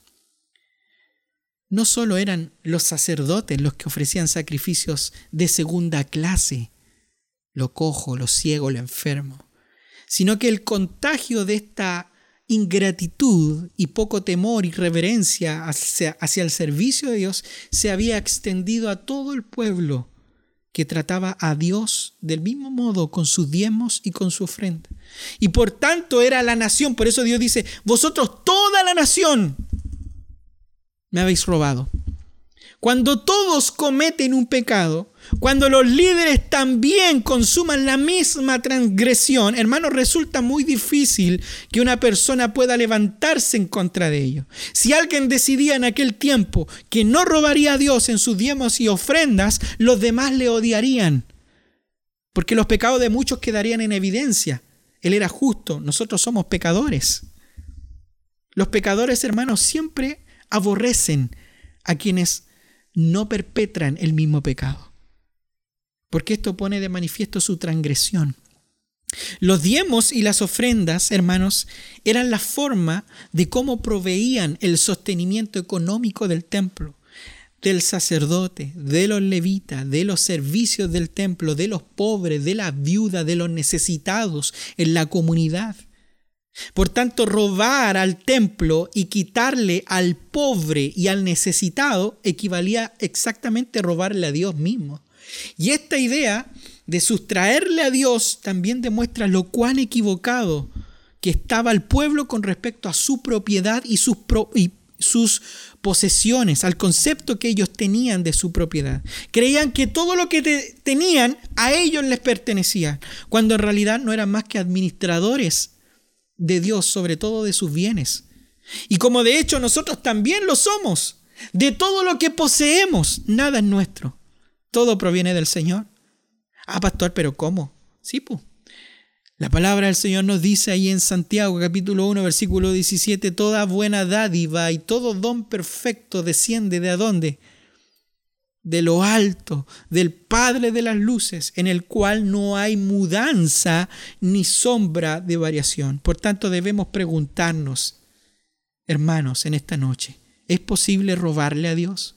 No solo eran los sacerdotes los que ofrecían sacrificios de segunda clase, lo cojo, lo ciego, lo enfermo, sino que el contagio de esta ingratitud y poco temor y reverencia hacia, hacia el servicio de Dios se había extendido a todo el pueblo, que trataba a Dios del mismo modo con sus diezmos y con su ofrenda. Y por tanto era la nación, por eso Dios dice: vosotros, toda la nación, me habéis robado. Cuando todos cometen un pecado, cuando los líderes también consuman la misma transgresión, hermanos, resulta muy difícil que una persona pueda levantarse en contra de ello. Si alguien decidía en aquel tiempo que no robaría a Dios en sus diezmos y ofrendas, los demás le odiarían, porque los pecados de muchos quedarían en evidencia. Él era justo, nosotros somos pecadores. Los pecadores, hermanos, siempre aborrecen a quienes no perpetran el mismo pecado, porque esto pone de manifiesto su transgresión. Los diezmos y las ofrendas, hermanos, eran la forma de cómo proveían el sostenimiento económico del templo, del sacerdote, de los levitas, de los servicios del templo, de los pobres, de las viudas, de los necesitados en la comunidad. Por tanto, robar al templo y quitarle al pobre y al necesitado equivalía exactamente a robarle a Dios mismo. Y esta idea de sustraerle a Dios también demuestra lo cuán equivocado que estaba el pueblo con respecto a su propiedad y sus, pro- y sus posesiones, al concepto que ellos tenían de su propiedad. Creían que todo lo que te- tenían a ellos les pertenecía, cuando en realidad no eran más que administradores de Dios, sobre todo de sus bienes. Y como de hecho nosotros también lo somos, de todo lo que poseemos, nada es nuestro, todo proviene del Señor. Ah, pastor, ¿pero cómo? Sí, pues. La palabra del Señor nos dice ahí en Santiago capítulo uno versículo diecisiete: toda buena dádiva y todo don perfecto desciende ¿de dónde? De lo alto, del Padre de las luces, en el cual no hay mudanza ni sombra de variación. Por tanto, debemos preguntarnos, hermanos, en esta noche: ¿es posible robarle a Dios?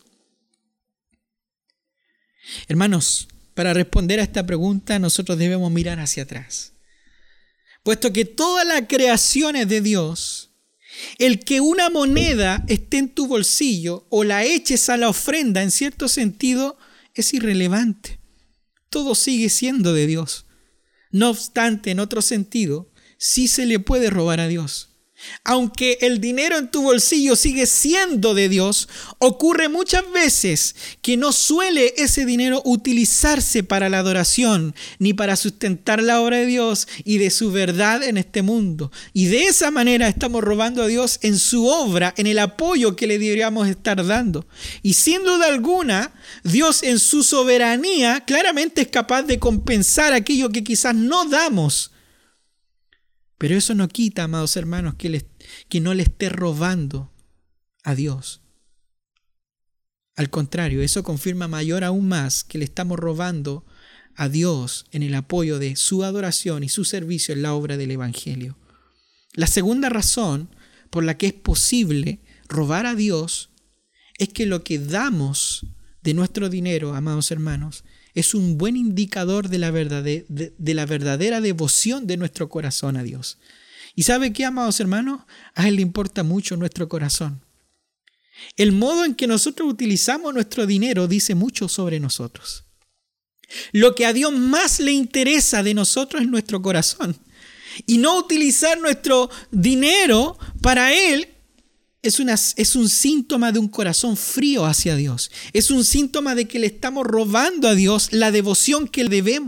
Hermanos, para responder a esta pregunta, nosotros debemos mirar hacia atrás. Puesto que toda la creación es de Dios, el que una moneda esté en tu bolsillo o la eches a la ofrenda, en cierto sentido, es irrelevante. Todo sigue siendo de Dios. No obstante, en otro sentido, sí se le puede robar a Dios. Aunque el dinero en tu bolsillo sigue siendo de Dios, ocurre muchas veces que no suele ese dinero utilizarse para la adoración, ni para sustentar la obra de Dios y de su verdad en este mundo. Y de esa manera estamos robando a Dios en su obra, en el apoyo que le deberíamos estar dando. Y sin duda alguna, Dios en su soberanía claramente es capaz de compensar aquello que quizás no damos. Pero eso no quita, amados hermanos, que, le, que no le esté robando a Dios. Al contrario, eso confirma mayor aún más que le estamos robando a Dios en el apoyo de su adoración y su servicio en la obra del Evangelio. La segunda razón por la que es posible robar a Dios es que lo que damos de nuestro dinero, amados hermanos, es un buen indicador de la, verdadera, de, de la verdadera devoción de nuestro corazón a Dios. ¿Y sabe qué, amados hermanos? A Él le importa mucho nuestro corazón. El modo en que nosotros utilizamos nuestro dinero dice mucho sobre nosotros. Lo que a Dios más le interesa de nosotros es nuestro corazón. Y no utilizar nuestro dinero para Él Es, una, es un síntoma de un corazón frío hacia Dios. Es un síntoma de que le estamos robando a Dios la devoción que le debemos.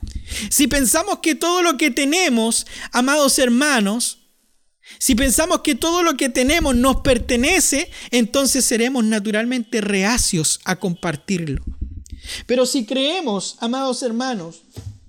Si pensamos que todo lo que tenemos, amados hermanos, si pensamos que todo lo que tenemos nos pertenece, entonces seremos naturalmente reacios a compartirlo. Pero si creemos, amados hermanos,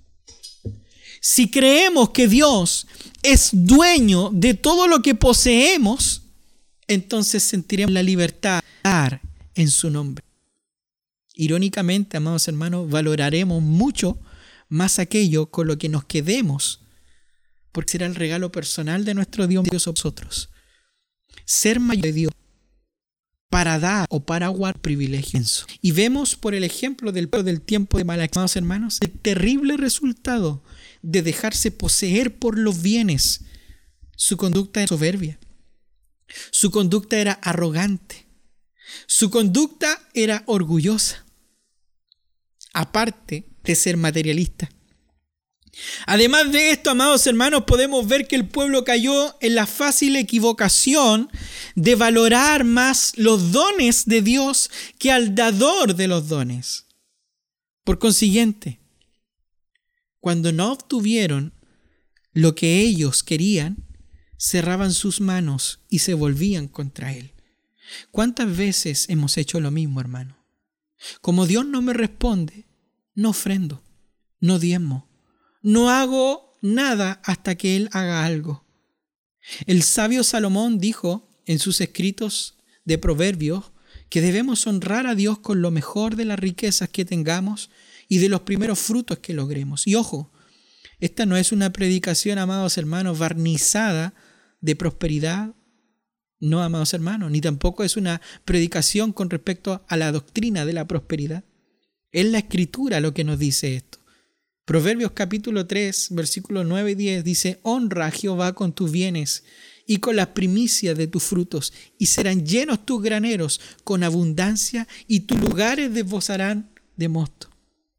si creemos que Dios es dueño de todo lo que poseemos, entonces sentiremos la libertad de dar en su nombre. Irónicamente, amados hermanos, valoraremos mucho más aquello con lo que nos quedemos, porque será el regalo personal de nuestro Dios a nosotros. Ser mayor de Dios para dar o para guardar privilegios. Y vemos por el ejemplo del pueblo del tiempo de Malaquías, amados hermanos, el terrible resultado de dejarse poseer por los bienes. Su conducta era soberbia. Su conducta era arrogante. Su conducta era orgullosa, aparte de ser materialista. Además de esto, amados hermanos, podemos ver que el pueblo cayó en la fácil equivocación de valorar más los dones de Dios que al dador de los dones. Por consiguiente, cuando no obtuvieron lo que ellos querían, cerraban sus manos y se volvían contra Él. ¿Cuántas veces hemos hecho lo mismo, hermano? Como Dios no me responde, no ofrendo, no diezmo, no hago nada hasta que Él haga algo. El sabio Salomón dijo en sus escritos de Proverbios que debemos honrar a Dios con lo mejor de las riquezas que tengamos y de los primeros frutos que logremos. Y ojo, esta no es una predicación, amados hermanos, barnizada de prosperidad. No, amados hermanos, ni tampoco es una predicación con respecto a la doctrina de la prosperidad. Es la Escritura lo que nos dice esto. Proverbios capítulo tres, versículos nueve y diez dice: honra a Jehová con tus bienes y con las primicias de tus frutos, y serán llenos tus graneros con abundancia, y tus lugares desbozarán de mosto.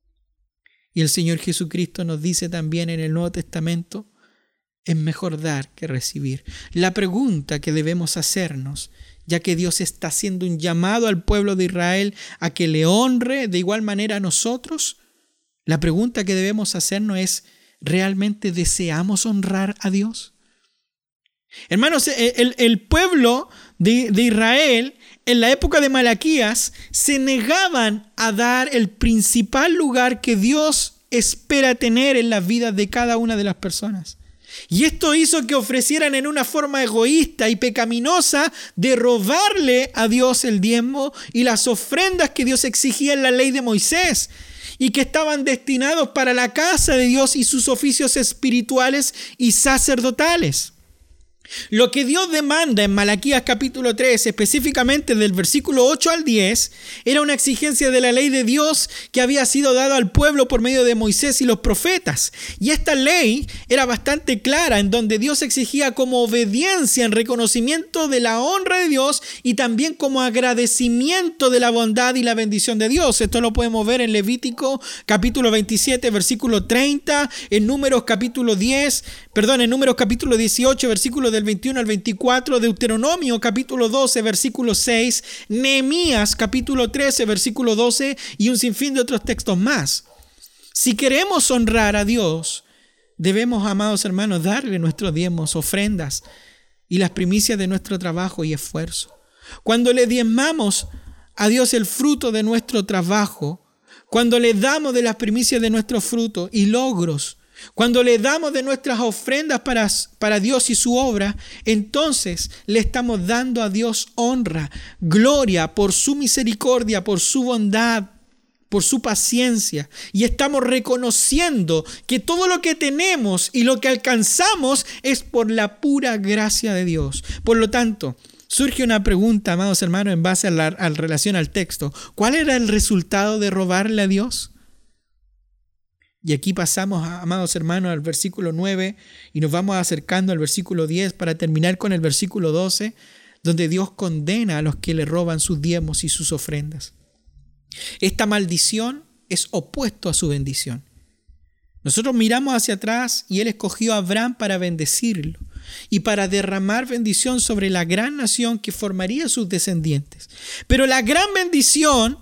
Y el Señor Jesucristo nos dice también en el Nuevo Testamento: es mejor dar que recibir. La pregunta que debemos hacernos, ya que Dios está haciendo un llamado al pueblo de Israel a que le honre de igual manera a nosotros, la pregunta que debemos hacernos es: ¿realmente deseamos honrar a Dios? Hermanos, el, el pueblo de, de Israel en la época de Malaquías se negaban a dar el principal lugar que Dios espera tener en las vidas de cada una de las personas. Y esto hizo que ofrecieran en una forma egoísta y pecaminosa de robarle a Dios el diezmo y las ofrendas que Dios exigía en la ley de Moisés, y que estaban destinados para la casa de Dios y sus oficios espirituales y sacerdotales. Lo que Dios demanda en Malaquías capítulo tres, específicamente del versículo ocho al diez, era una exigencia de la ley de Dios que había sido dada al pueblo por medio de Moisés y los profetas. Y esta ley era bastante clara, en donde Dios exigía como obediencia en reconocimiento de la honra de Dios y también como agradecimiento de la bondad y la bendición de Dios. Esto lo podemos ver en Levítico capítulo veintisiete, versículo treinta, en Números capítulo diez, perdón, en Números capítulo dieciocho, versículo del veintiuno al veinticuatro, Deuteronomio capítulo doce, versículo seis, Nehemías capítulo trece, versículo doce y un sinfín de otros textos más. Si queremos honrar a Dios, debemos, amados hermanos, darle nuestros diezmos, ofrendas y las primicias de nuestro trabajo y esfuerzo. Cuando le diezmamos a Dios el fruto de nuestro trabajo, cuando le damos de las primicias de nuestros frutos y logros, cuando le damos de nuestras ofrendas para, para Dios y su obra, entonces le estamos dando a Dios honra, gloria por su misericordia, por su bondad, por su paciencia. Y estamos reconociendo que todo lo que tenemos y lo que alcanzamos es por la pura gracia de Dios. Por lo tanto, surge una pregunta, amados hermanos, en base a la a relación al texto. ¿Cuál era el resultado de robarle a Dios? Y aquí pasamos, amados hermanos, al versículo nueve y nos vamos acercando al versículo diez para terminar con el versículo doce, donde Dios condena a los que le roban sus diezmos y sus ofrendas. Esta maldición es opuesto a su bendición. Nosotros miramos hacia atrás y Él escogió a Abraham para bendecirlo y para derramar bendición sobre la gran nación que formaría sus descendientes. Pero la gran bendición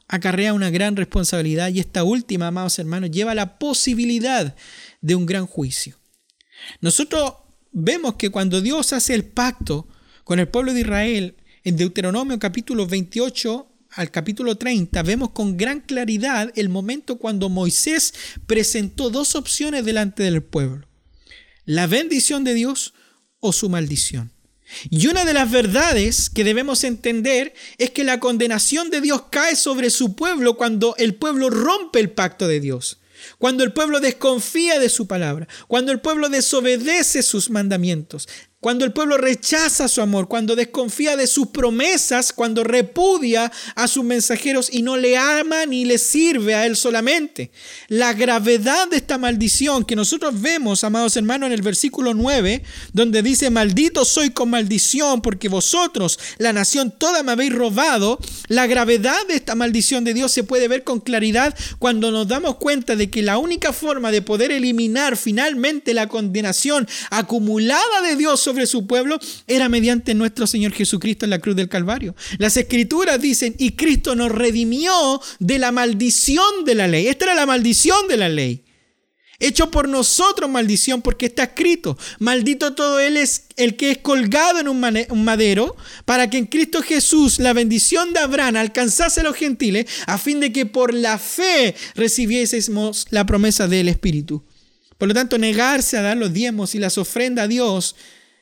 acarrea una gran responsabilidad y esta última, amados hermanos, lleva la posibilidad de un gran juicio. Nosotros vemos que cuando Dios hace el pacto con el pueblo de Israel, en Deuteronomio capítulo veintiocho al capítulo treinta, vemos con gran claridad el momento cuando Moisés presentó dos opciones delante del pueblo: la bendición de Dios o su maldición. Y una de las verdades que debemos entender es que la condenación de Dios cae sobre su pueblo cuando el pueblo rompe el pacto de Dios, cuando el pueblo desconfía de su palabra, cuando el pueblo desobedece sus mandamientos, cuando el pueblo rechaza su amor, cuando desconfía de sus promesas, cuando repudia a sus mensajeros y no le ama ni le sirve a él solamente. La gravedad de esta maldición que nosotros vemos, amados hermanos, en el versículo nueve, donde dice: maldito soy con maldición, porque vosotros, la nación toda, me habéis robado. La gravedad de esta maldición de Dios se puede ver con claridad cuando nos damos cuenta de que la única forma de poder eliminar finalmente la condenación acumulada de Dios sobre su pueblo era mediante nuestro Señor Jesucristo en la cruz del Calvario. Las Escrituras dicen: y Cristo nos redimió de la maldición de la ley. Esta era la maldición de la ley. Hecho por nosotros maldición, porque está escrito: maldito todo él es el que es colgado en un madero, para que en Cristo Jesús la bendición de Abraham alcanzase a los gentiles, a fin de que por la fe recibiésemos la promesa del Espíritu. Por lo tanto, negarse a dar los diezmos y las ofrendas a Dios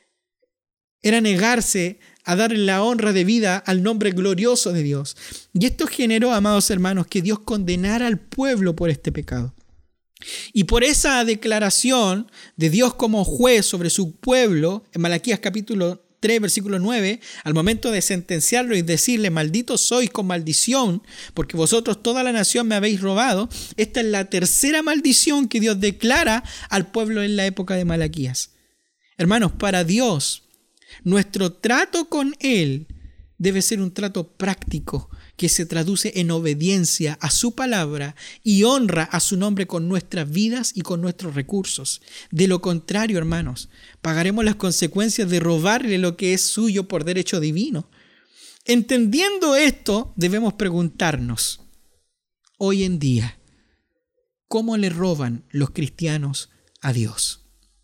era negarse a darle la honra de vida al nombre glorioso de Dios. Y esto generó, amados hermanos, que Dios condenara al pueblo por este pecado. Y por esa declaración de Dios como juez sobre su pueblo, en Malaquías capítulo tres, versículo nueve, al momento de sentenciarlo y decirle: maldito sois con maldición, porque vosotros toda la nación me habéis robado. Esta es la tercera maldición que Dios declara al pueblo en la época de Malaquías. Hermanos, para Dios, nuestro trato con Él debe ser un trato práctico que se traduce en obediencia a su palabra y honra a su nombre con nuestras vidas y con nuestros recursos. De lo contrario, hermanos, pagaremos las consecuencias de robarle lo que es suyo por derecho divino. Entendiendo esto, debemos preguntarnos, hoy en día, ¿cómo le roban los cristianos a Dios?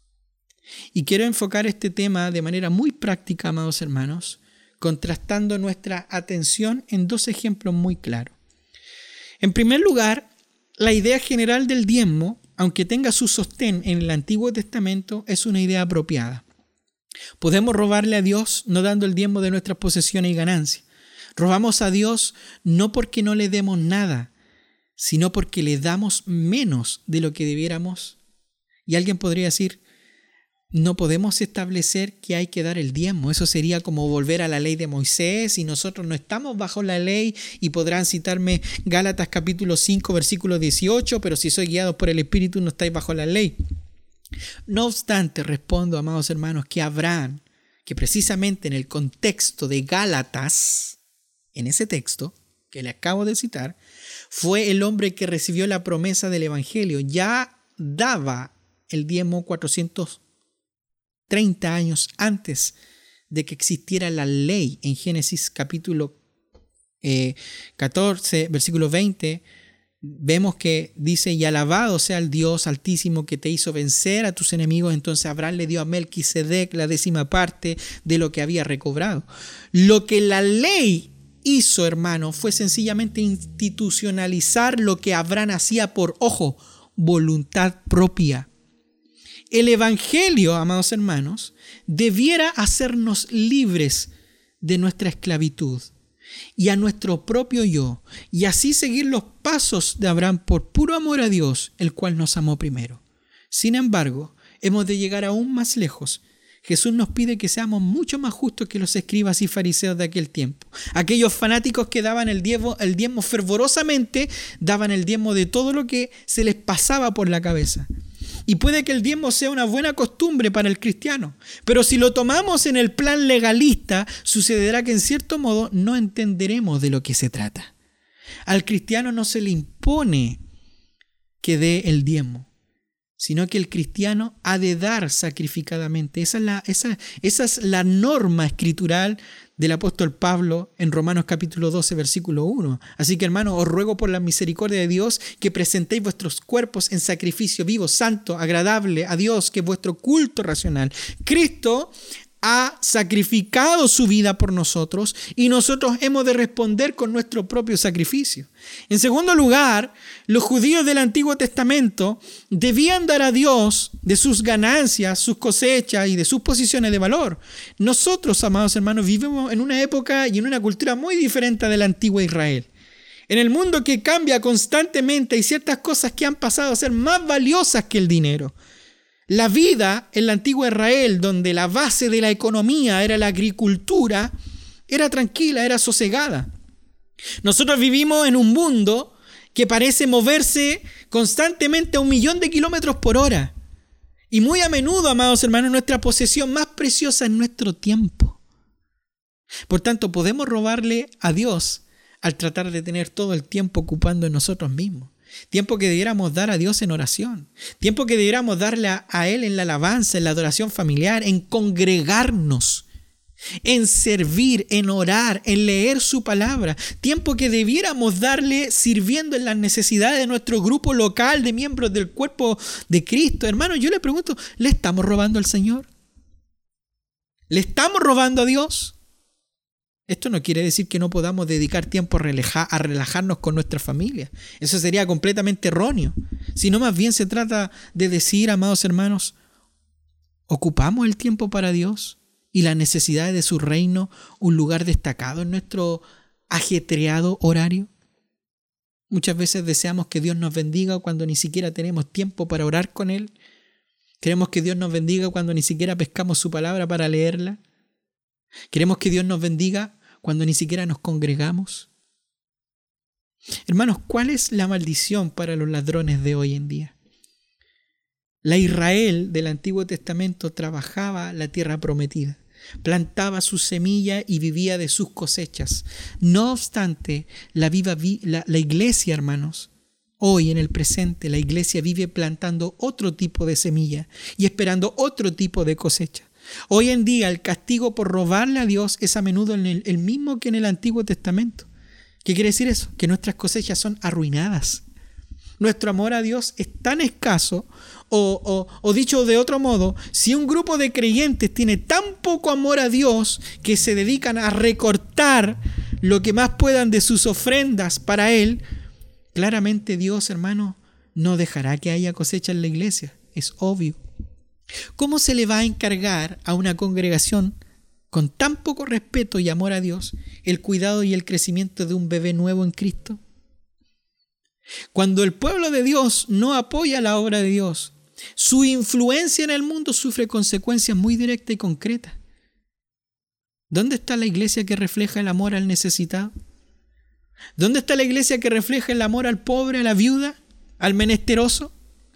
Y quiero enfocar este tema de manera muy práctica, amados hermanos, contrastando nuestra atención en dos ejemplos muy claros. En primer lugar, la idea general del diezmo, aunque tenga su sostén en el Antiguo Testamento, es una idea apropiada. Podemos robarle a Dios no dando el diezmo de nuestras posesiones y ganancias. Robamos a Dios no porque no le demos nada, sino porque le damos menos de lo que debiéramos. Y alguien podría decir: no podemos establecer que hay que dar el diezmo. Eso sería como volver a la ley de Moisés, y nosotros no estamos bajo la ley. Y podrán citarme Gálatas capítulo cinco, versículo dieciocho, pero si sois guiados por el Espíritu no estáis bajo la ley. No obstante, respondo, amados hermanos, que Abraham, que precisamente en el contexto de Gálatas, en ese texto que le acabo de citar, fue el hombre que recibió la promesa del Evangelio. Ya daba el diezmo cuatrocientos treinta años antes de que existiera la ley. En Génesis capítulo eh, catorce, versículo veinte, vemos que dice: y alabado sea el Dios altísimo que te hizo vencer a tus enemigos. Entonces Abraham le dio a Melquisedec la décima parte de lo que había recobrado. Lo que la ley hizo, hermano, fue sencillamente institucionalizar lo que Abraham hacía por, ojo, voluntad propia. El Evangelio, amados hermanos, debiera hacernos libres de nuestra esclavitud y a nuestro propio yo, y así seguir los pasos de Abraham por puro amor a Dios, el cual nos amó primero. Sin embargo, hemos de llegar aún más lejos. Jesús nos pide que seamos mucho más justos que los escribas y fariseos de aquel tiempo. Aquellos fanáticos que daban el diezmo, el diezmo fervorosamente, daban el diezmo de todo lo que se les pasaba por la cabeza. Y puede que el diezmo sea una buena costumbre para el cristiano, pero si lo tomamos en el plan legalista, sucederá que en cierto modo no entenderemos de lo que se trata. Al cristiano no se le impone que dé el diezmo, sino que el cristiano ha de dar sacrificadamente. Esa es la, esa, esa es la norma escritural del apóstol Pablo en Romanos capítulo doce, versículo uno. Así que, hermanos, os ruego por la misericordia de Dios que presentéis vuestros cuerpos en sacrificio vivo, santo, agradable a Dios, que es vuestro culto racional. Cristo ha sacrificado su vida por nosotros y nosotros hemos de responder con nuestro propio sacrificio. En segundo lugar, los judíos del Antiguo Testamento debían dar a Dios de sus ganancias, sus cosechas y de sus posiciones de valor. Nosotros, amados hermanos, vivimos en una época y en una cultura muy diferente de la antigua Israel. En el mundo que cambia constantemente hay ciertas cosas que han pasado a ser más valiosas que el dinero. La vida en la antigua Israel, donde la base de la economía era la agricultura, era tranquila, era sosegada. Nosotros vivimos en un mundo que parece moverse constantemente a un millón de kilómetros por hora. Y muy a menudo, amados hermanos, nuestra posesión más preciosa es nuestro tiempo. Por tanto, podemos robarle a Dios al tratar de tener todo el tiempo ocupando en nosotros mismos. Tiempo que debiéramos dar a Dios en oración. Tiempo que debiéramos darle a, a Él en la alabanza, en la adoración familiar, en congregarnos, en servir, en orar, en leer su palabra. Tiempo que debiéramos darle sirviendo en las necesidades de nuestro grupo local de miembros del cuerpo de Cristo. Hermano, yo le pregunto, ¿le estamos robando al Señor? ¿Le estamos robando a Dios? Esto no quiere decir que no podamos dedicar tiempo a, relajar, a relajarnos con nuestra familia. Eso sería completamente erróneo. Sino más bien se trata de decir, amados hermanos, ¿ocupamos el tiempo para Dios y las necesidades de su reino un lugar destacado en nuestro ajetreado horario? Muchas veces deseamos que Dios nos bendiga cuando ni siquiera tenemos tiempo para orar con Él. Queremos que Dios nos bendiga cuando ni siquiera pescamos su palabra para leerla. Queremos que Dios nos bendiga cuando ni siquiera nos congregamos. Hermanos, ¿cuál es la maldición para los ladrones de hoy en día? La Israel del Antiguo Testamento trabajaba la tierra prometida, plantaba su semilla y vivía de sus cosechas. No obstante, la, viva, la, la iglesia, hermanos, hoy en el presente, la iglesia vive plantando otro tipo de semilla y esperando otro tipo de cosecha. Hoy en día el castigo por robarle a Dios es a menudo el, el mismo que en el Antiguo Testamento. ¿Qué quiere decir eso? Que nuestras cosechas son arruinadas. Nuestro amor a Dios es tan escaso, o, o, o dicho de otro modo, si un grupo de creyentes tiene tan poco amor a Dios que se dedican a recortar lo que más puedan de sus ofrendas para Él, claramente Dios, hermano, no dejará que haya cosecha en la iglesia. Es obvio. ¿Cómo se le va a encargar a una congregación con tan poco respeto y amor a Dios el cuidado y el crecimiento de un bebé nuevo en Cristo? Cuando el pueblo de Dios no apoya la obra de Dios, su influencia en el mundo sufre consecuencias muy directas y concretas. ¿Dónde está la iglesia que refleja el amor al necesitado? ¿Dónde está la iglesia que refleja el amor al pobre, a la viuda, al menesteroso?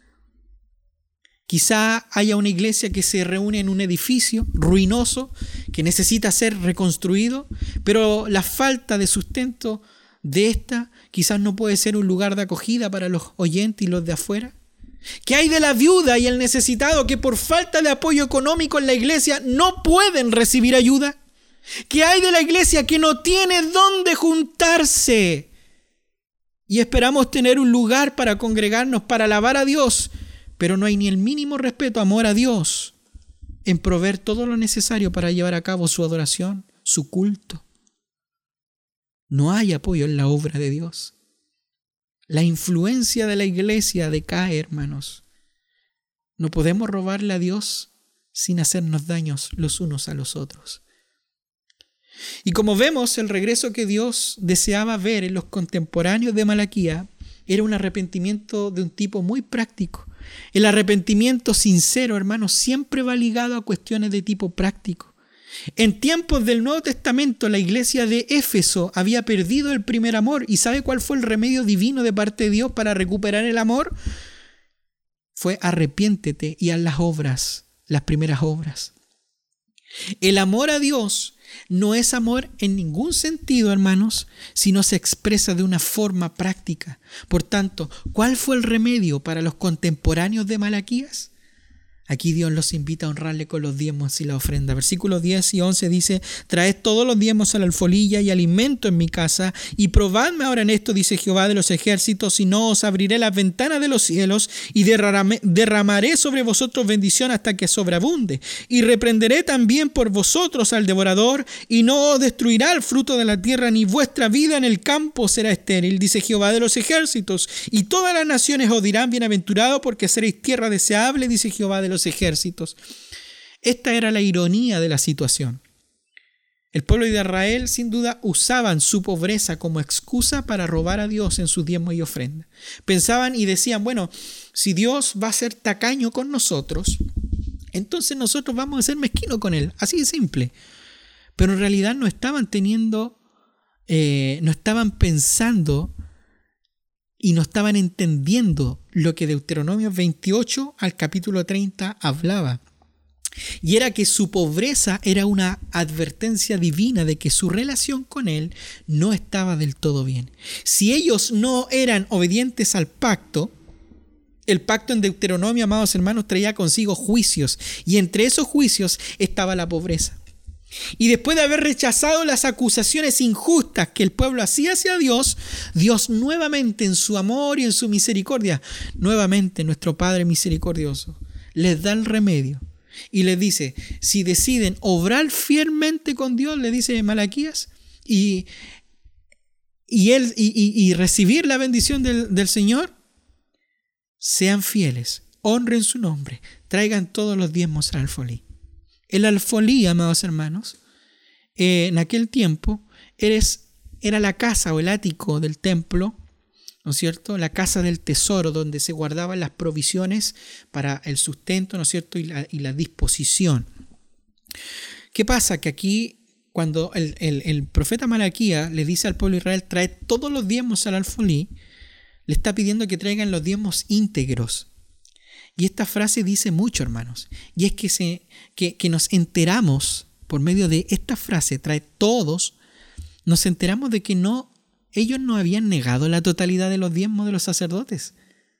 Quizá haya una iglesia que se reúne en un edificio ruinoso que necesita ser reconstruido, pero la falta de sustento de esta quizás no puede ser un lugar de acogida para los oyentes y los de afuera. ¿Qué hay de la viuda y el necesitado que por falta de apoyo económico en la iglesia no pueden recibir ayuda? ¿Qué hay de la iglesia que no tiene dónde juntarse? Y esperamos tener un lugar para congregarnos, para alabar a Dios, pero no hay ni el mínimo respeto, amor a Dios en proveer todo lo necesario para llevar a cabo su adoración, su culto. No hay apoyo en la obra de Dios. La influencia de la iglesia decae, hermanos. No podemos robarle a Dios sin hacernos daños los unos a los otros. Y como vemos, el regreso que Dios deseaba ver en los contemporáneos de Malaquías era un arrepentimiento de un tipo muy práctico. El arrepentimiento sincero, hermanos, siempre va ligado a cuestiones de tipo práctico. En tiempos del Nuevo Testamento, la iglesia de Éfeso había perdido el primer amor. ¿Y sabe cuál fue el remedio divino de parte de Dios para recuperar el amor? Fue arrepiéntete y haz las obras, las primeras obras. El amor a Dios no es amor en ningún sentido, hermanos, sino se expresa de una forma práctica. Por tanto, ¿cuál fue el remedio para los contemporáneos de Malaquías? Aquí Dios los invita a honrarle con los diezmos y la ofrenda. Versículos diez y once dice: traed todos los diezmos a la alfolilla y alimento en mi casa, y probadme ahora en esto, dice Jehová de los ejércitos, y no os abriré las ventanas de los cielos, y derramaré, derramaré sobre vosotros bendición hasta que sobreabunde. Y reprenderé también por vosotros al devorador, y no os destruirá el fruto de la tierra, ni vuestra vida en el campo será estéril, dice Jehová de los ejércitos. Y todas las naciones os dirán: bienaventurado, porque seréis tierra deseable, dice Jehová de los los ejércitos. Esta era la ironía de la situación. El pueblo de Israel sin duda usaban su pobreza como excusa para robar a Dios en sus diezmos y ofrendas. Pensaban y decían: bueno, si Dios va a ser tacaño con nosotros, entonces nosotros vamos a ser mezquinos con Él. Así de simple. Pero en realidad no estaban teniendo, eh, no estaban pensando y no estaban entendiendo lo que Deuteronomio veintiocho al capítulo treinta hablaba. Y era que su pobreza era una advertencia divina de que su relación con Él no estaba del todo bien. Si ellos no eran obedientes al pacto, el pacto en Deuteronomio, amados hermanos, traía consigo juicios, y entre esos juicios estaba la pobreza. Y después de haber rechazado las acusaciones injustas que el pueblo hacía hacia Dios, Dios nuevamente en su amor y en su misericordia, nuevamente nuestro Padre misericordioso, les da el remedio y les dice: si deciden obrar fielmente con Dios, le dice Malaquías, y, y, él, y, y, y recibir la bendición del, del Señor, sean fieles, honren su nombre, traigan todos los diezmos al alfolí. El alfolí, amados hermanos, eh, en aquel tiempo eres, era la casa o el ático del templo, ¿no es cierto? La casa del tesoro donde se guardaban las provisiones para el sustento, ¿no es cierto? Y la, y la disposición. ¿Qué pasa? Que aquí, cuando el, el, el profeta Malaquías le dice al pueblo de Israel: trae todos los diezmos al alfolí, le está pidiendo que traigan los diezmos íntegros. Y esta frase dice mucho, hermanos. Y es que, se, que, que nos enteramos, por medio de esta frase, trae todos, nos enteramos de que no, ellos no habían negado la totalidad de los diezmos de los sacerdotes,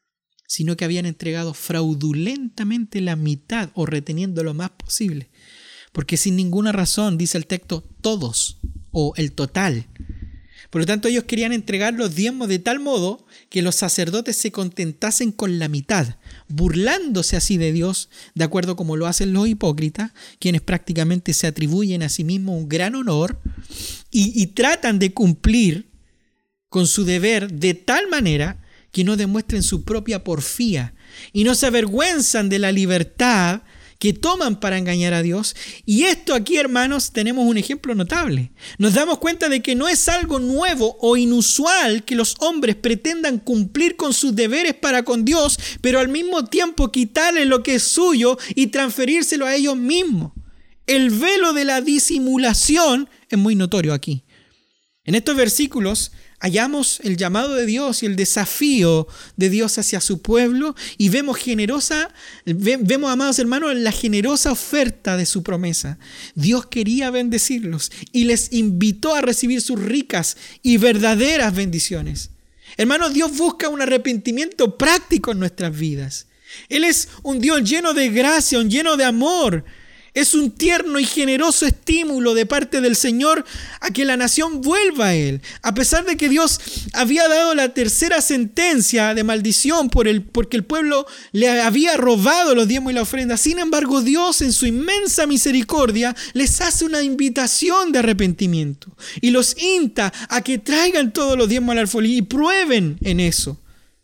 sino que habían entregado fraudulentamente la mitad o reteniendo lo más posible. Porque sin ninguna razón, dice el texto, todos o el total. Por lo tanto, ellos querían entregar los diezmos de tal modo que los sacerdotes se contentasen con la mitad, burlándose así de Dios, de acuerdo como lo hacen los hipócritas, quienes prácticamente se atribuyen a sí mismos un gran honor y, y tratan de cumplir con su deber de tal manera que no demuestren su propia porfía y no se avergüenzan de la libertad que toman para engañar a Dios. Y esto aquí, hermanos, tenemos un ejemplo notable. Nos damos cuenta de que no es algo nuevo o inusual que los hombres pretendan cumplir con sus deberes para con Dios, pero al mismo tiempo quitarle lo que es suyo y transferírselo a ellos mismos. El velo de la disimulación es muy notorio aquí. En estos versículos hallamos el llamado de Dios y el desafío de Dios hacia su pueblo y vemos generosa, vemos, amados hermanos, la generosa oferta de su promesa. Dios quería bendecirlos y les invitó a recibir sus ricas y verdaderas bendiciones. Hermanos, Dios busca un arrepentimiento práctico en nuestras vidas. Él es un Dios lleno de gracia, un lleno de amor. Es un tierno y generoso estímulo de parte del Señor a que la nación vuelva a Él. A pesar de que Dios había dado la tercera sentencia de maldición por el, porque el pueblo le había robado los diezmos y la ofrenda. Sin embargo, Dios en su inmensa misericordia les hace una invitación de arrepentimiento y los insta a que traigan todos los diezmos al alfolí y prueben en eso,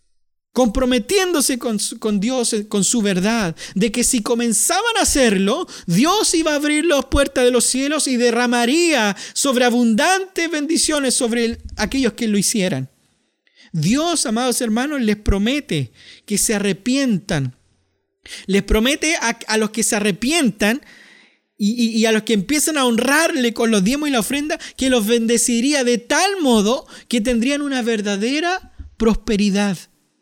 comprometiéndose con, con Dios, con su verdad, de que si comenzaban a hacerlo, Dios iba a abrir las puertas de los cielos y derramaría sobreabundantes bendiciones sobre el, aquellos que lo hicieran. Dios, amados hermanos, les promete que se arrepientan. Les promete a, a los que se arrepientan y, y, y a los que empiezan a honrarle con los diezmos y la ofrenda, que los bendeciría de tal modo que tendrían una verdadera prosperidad.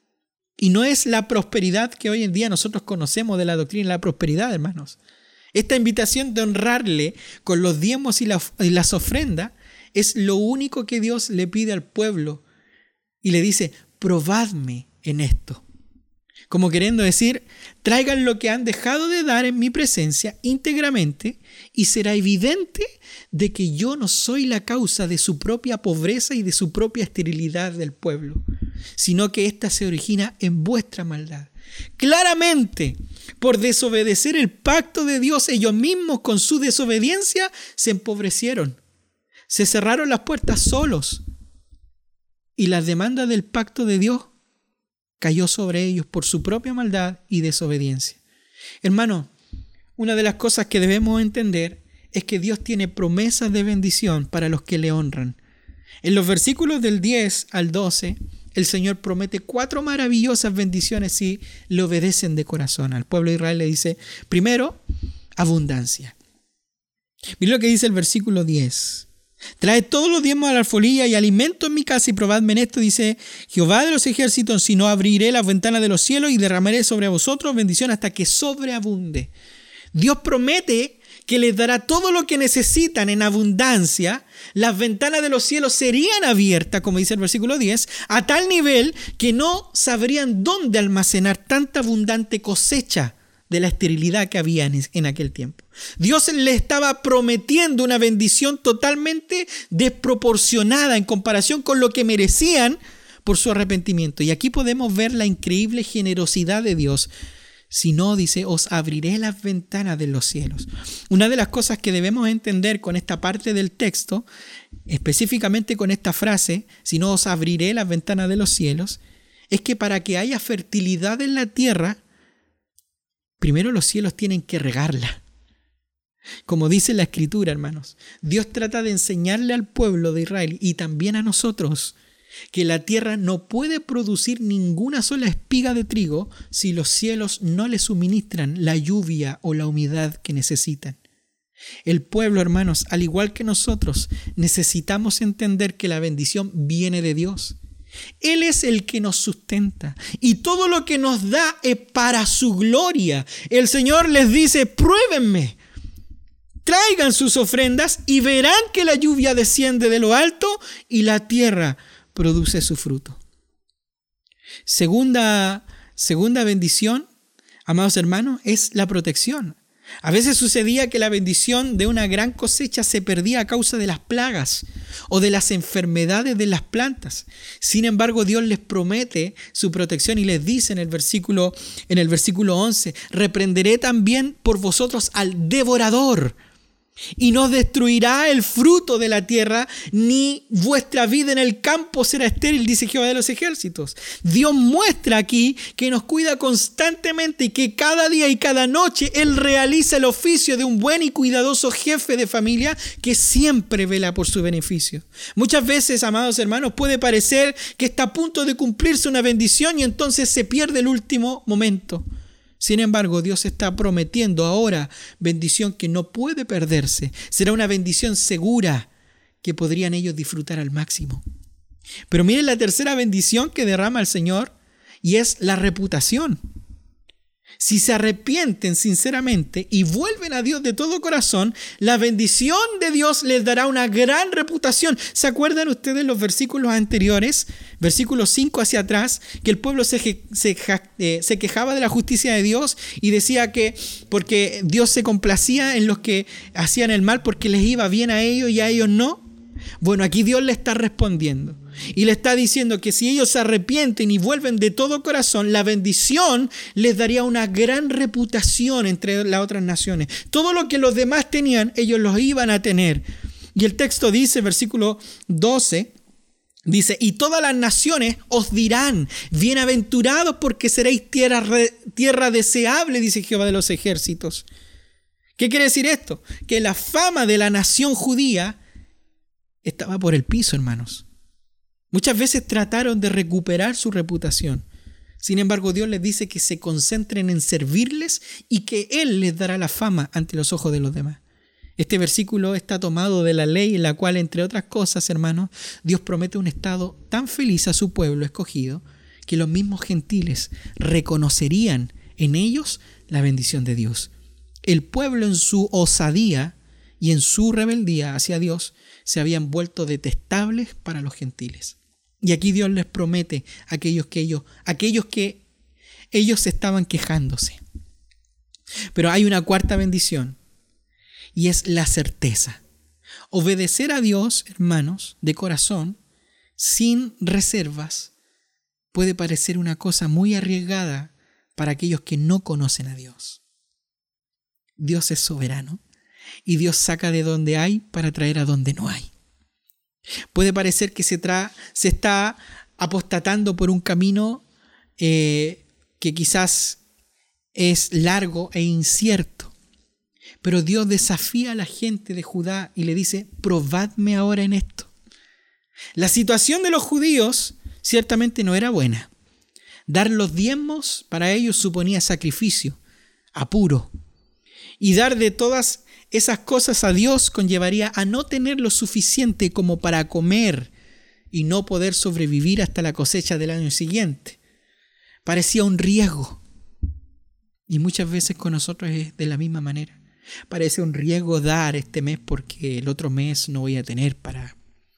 Y no es la prosperidad que hoy en día nosotros conocemos de la doctrina de la prosperidad, hermanos. Esta invitación de honrarle con los diezmos y, la, y las ofrendas es lo único que Dios le pide al pueblo. Y le dice: probadme en esto. Como queriendo decir, traigan lo que han dejado de dar en mi presencia íntegramente y será evidente de que yo no soy la causa de su propia pobreza y de su propia esterilidad del pueblo, sino que ésta se origina en vuestra maldad. Claramente, por desobedecer el pacto de Dios, ellos mismos con su desobediencia se empobrecieron, se cerraron las puertas solos y la demanda del pacto de Dios cayó sobre ellos por su propia maldad y desobediencia. Hermano, una de las cosas que debemos entender es que Dios tiene promesas de bendición para los que le honran. En los versículos del diez al doce, el Señor promete cuatro maravillosas bendiciones si le obedecen de corazón. Al pueblo de Israel le dice, primero, abundancia. Miren lo que dice el versículo diez. Traed todos los diezmos a la alfolía y alimento en mi casa y probadme en esto, dice Jehová de los ejércitos, si no abriré las ventanas de los cielos y derramaré sobre vosotros bendición hasta que sobreabunde. Dios promete que les dará todo lo que necesitan en abundancia. Las ventanas de los cielos serían abiertas, como dice el versículo diez, a tal nivel que no sabrían dónde almacenar tanta abundante cosecha de la esterilidad que había en, en aquel tiempo. Dios le estaba prometiendo una bendición totalmente desproporcionada en comparación con lo que merecían por su arrepentimiento. Y aquí podemos ver la increíble generosidad de Dios. Si no, dice, os abriré las ventanas de los cielos. Una de las cosas que debemos entender con esta parte del texto, específicamente con esta frase, si no os abriré las ventanas de los cielos, es que para que haya fertilidad en la tierra, primero los cielos tienen que regarla. Como dice la Escritura, hermanos, Dios trata de enseñarle al pueblo de Israel y también a nosotros que la tierra no puede producir ninguna sola espiga de trigo si los cielos no le suministran la lluvia o la humedad que necesitan. El pueblo, hermanos, al igual que nosotros, necesitamos entender que la bendición viene de Dios. Él es el que nos sustenta y todo lo que nos da es para su gloria. El Señor les dice, pruébenme, traigan sus ofrendas y verán que la lluvia desciende de lo alto y la tierra produce su fruto. Segunda, segunda bendición, amados hermanos, es la protección. A veces sucedía que la bendición de una gran cosecha se perdía a causa de las plagas o de las enfermedades de las plantas. Sin embargo, Dios les promete su protección y les dice en el versículo, en el versículo once, reprenderé también por vosotros al devorador, y no destruirá el fruto de la tierra, ni vuestra vida en el campo será estéril, dice Jehová de los ejércitos. Dios muestra aquí que nos cuida constantemente y que cada día y cada noche Él realiza el oficio de un buen y cuidadoso jefe de familia que siempre vela por su beneficio. Muchas veces, amados hermanos, puede parecer que está a punto de cumplirse una bendición y entonces se pierde el último momento. Sin embargo, Dios está prometiendo ahora bendición que no puede perderse. Será una bendición segura que podrían ellos disfrutar al máximo. Pero miren la tercera bendición que derrama el Señor y es la reputación. Si se arrepienten sinceramente y vuelven a Dios de todo corazón, la bendición de Dios les dará una gran reputación. ¿Se acuerdan ustedes los versículos anteriores? Versículos cinco hacia atrás, que el pueblo se, se, eh, se quejaba de la justicia de Dios y decía que porque Dios se complacía en los que hacían el mal porque les iba bien a ellos y a ellos no. Bueno, aquí Dios le está respondiendo y le está diciendo que si ellos se arrepienten y vuelven de todo corazón, la bendición les daría una gran reputación entre las otras naciones. Todo lo que los demás tenían, ellos los iban a tener. Y el texto dice, versículo doce, dice, y todas las naciones os dirán, bienaventurados porque seréis tierra, tierra deseable, dice Jehová de los ejércitos. ¿Qué quiere decir esto? Que la fama de la nación judía estaba por el piso, hermanos. Muchas veces trataron de recuperar su reputación. Sin embargo, Dios les dice que se concentren en servirles y que Él les dará la fama ante los ojos de los demás. Este versículo está tomado de la ley en la cual, entre otras cosas, hermanos, Dios promete un estado tan feliz a su pueblo escogido que los mismos gentiles reconocerían en ellos la bendición de Dios. El pueblo en su osadía y en su rebeldía hacia Dios se habían vuelto detestables para los gentiles. Y aquí Dios les promete a aquellos que ellos, aquellos que ellos estaban quejándose. Pero hay una cuarta bendición, y es la certeza. Obedecer a Dios, hermanos, de corazón, sin reservas, puede parecer una cosa muy arriesgada para aquellos que no conocen a Dios. Dios es soberano y Dios saca de donde hay para traer a donde no hay. Puede parecer que se, tra- se está apostatando por un camino eh, que quizás es largo e incierto, pero Dios desafía a la gente de Judá y le dice: probadme ahora en esto. La situación de los judíos ciertamente no era buena. Dar los diezmos para ellos suponía sacrificio, apuro. Y dar de todas esas cosas a Dios conllevaría a no tener lo suficiente como para comer y no poder sobrevivir hasta la cosecha del año siguiente. Parecía un riesgo. Y muchas veces con nosotros es de la misma manera. Parece un riesgo dar este mes porque el otro mes no voy a tener para...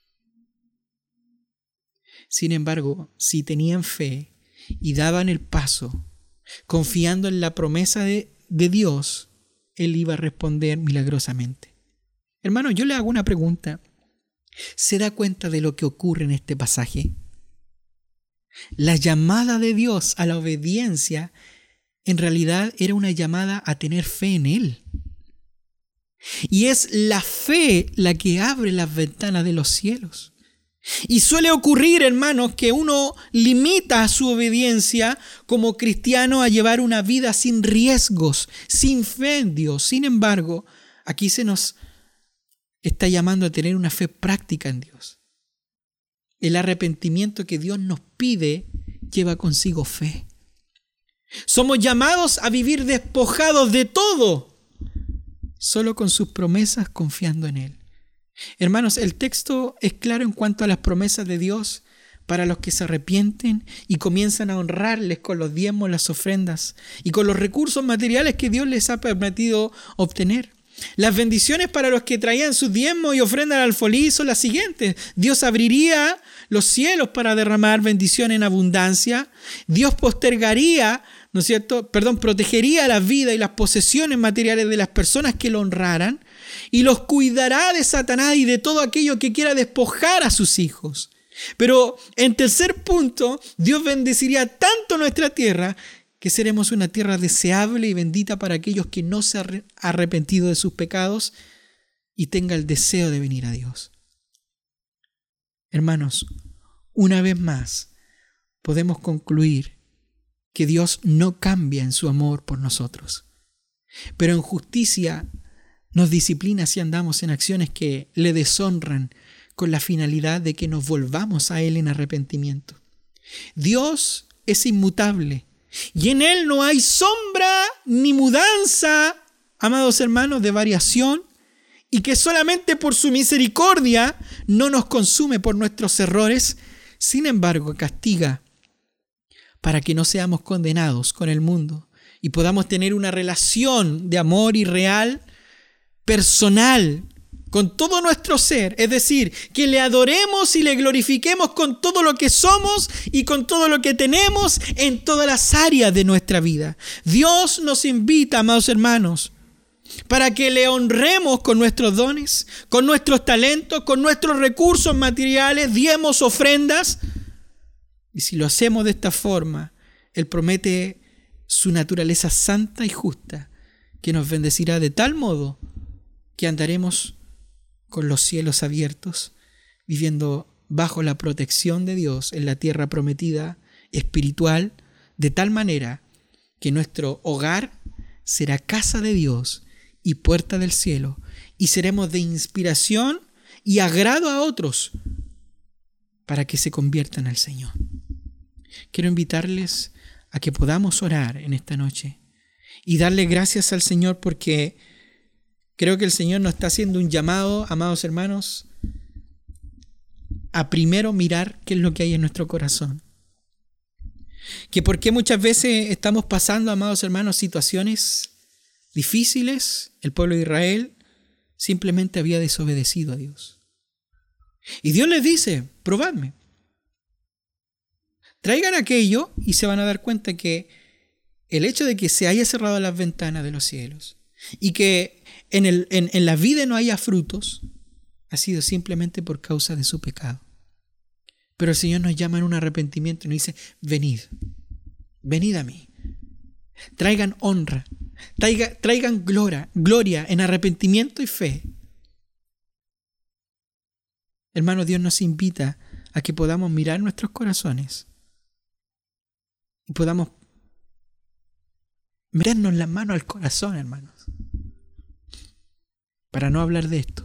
Sin embargo, si tenían fe y daban el paso, confiando en la promesa de, de Dios, Él iba a responder milagrosamente. Hermano, yo le hago una pregunta. ¿Se da cuenta de lo que ocurre en este pasaje? La llamada de Dios a la obediencia en realidad era una llamada a tener fe en Él. Y es la fe la que abre las ventanas de los cielos. Y suele ocurrir, hermanos, que uno limita su obediencia como cristiano a llevar una vida sin riesgos, sin fe en Dios. Sin embargo, aquí se nos está llamando a tener una fe práctica en Dios. El arrepentimiento que Dios nos pide lleva consigo fe. Somos llamados a vivir despojados de todo, solo con sus promesas, confiando en Él. Hermanos, el texto es claro en cuanto a las promesas de Dios para los que se arrepienten y comienzan a honrarles con los diezmos, las ofrendas y con los recursos materiales que Dios les ha permitido obtener. Las bendiciones para los que traían sus diezmos y ofrendas al alfolí son las siguientes. Dios abriría los cielos para derramar bendición en abundancia. Dios postergaría, ¿no es cierto? Perdón, protegería la vida y las posesiones materiales de las personas que lo honraran y los cuidará de Satanás y de todo aquello que quiera despojar a sus hijos. Pero en tercer punto, Dios bendeciría tanto nuestra tierra que seremos una tierra deseable y bendita para aquellos que no se han arrepentido de sus pecados y tenga el deseo de venir a Dios. Hermanos, una vez más podemos concluir que Dios no cambia en su amor por nosotros, pero en justicia nos disciplina si andamos en acciones que le deshonran con la finalidad de que nos volvamos a Él en arrepentimiento. Dios es inmutable y en Él no hay sombra ni mudanza, amados hermanos, de variación, y que solamente por su misericordia no nos consume por nuestros errores, sin embargo castiga para que no seamos condenados con el mundo y podamos tener una relación de amor y real, personal, con todo nuestro ser, es decir, que le adoremos y le glorifiquemos con todo lo que somos y con todo lo que tenemos en todas las áreas de nuestra vida. Dios nos invita, amados hermanos, para que le honremos con nuestros dones, con nuestros talentos, con nuestros recursos materiales, diezmos, ofrendas. Y si lo hacemos de esta forma, Él promete su naturaleza santa y justa, que nos bendecirá de tal modo que andaremos con los cielos abiertos, viviendo bajo la protección de Dios en la tierra prometida espiritual, de tal manera que nuestro hogar será casa de Dios y puerta del cielo, y seremos de inspiración y agrado a otros para que se conviertan al Señor. Quiero invitarles a que podamos orar en esta noche y darle gracias al Señor, porque creo que el Señor nos está haciendo un llamado, amados hermanos, a primero mirar qué es lo que hay en nuestro corazón. Que por qué muchas veces estamos pasando, amados hermanos, situaciones difíciles. El pueblo de Israel simplemente había desobedecido a Dios. Y Dios les dice: probadme. Traigan aquello y se van a dar cuenta que el hecho de que se haya cerrado las ventanas de los cielos y que en, el, en, en la vida no haya frutos, ha sido simplemente por causa de su pecado. Pero el Señor nos llama en un arrepentimiento y nos dice, venid, venid a mí, traigan honra, traiga, traigan gloria, gloria en arrepentimiento y fe. Hermanos, Dios nos invita a que podamos mirar nuestros corazones y podamos meternos las manos al corazón, hermanos, para no hablar de esto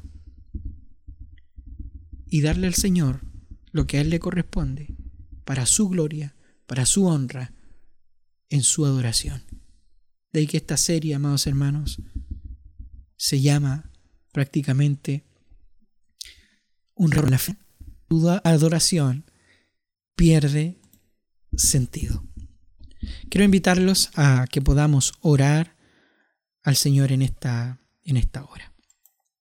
y darle al Señor lo que a Él le corresponde para su gloria, para su honra, en su adoración. De ahí que esta serie, amados hermanos, se llama prácticamente un rol. La fe, toda adoración pierde sentido. Quiero invitarlos a que podamos orar al Señor en esta, en esta hora.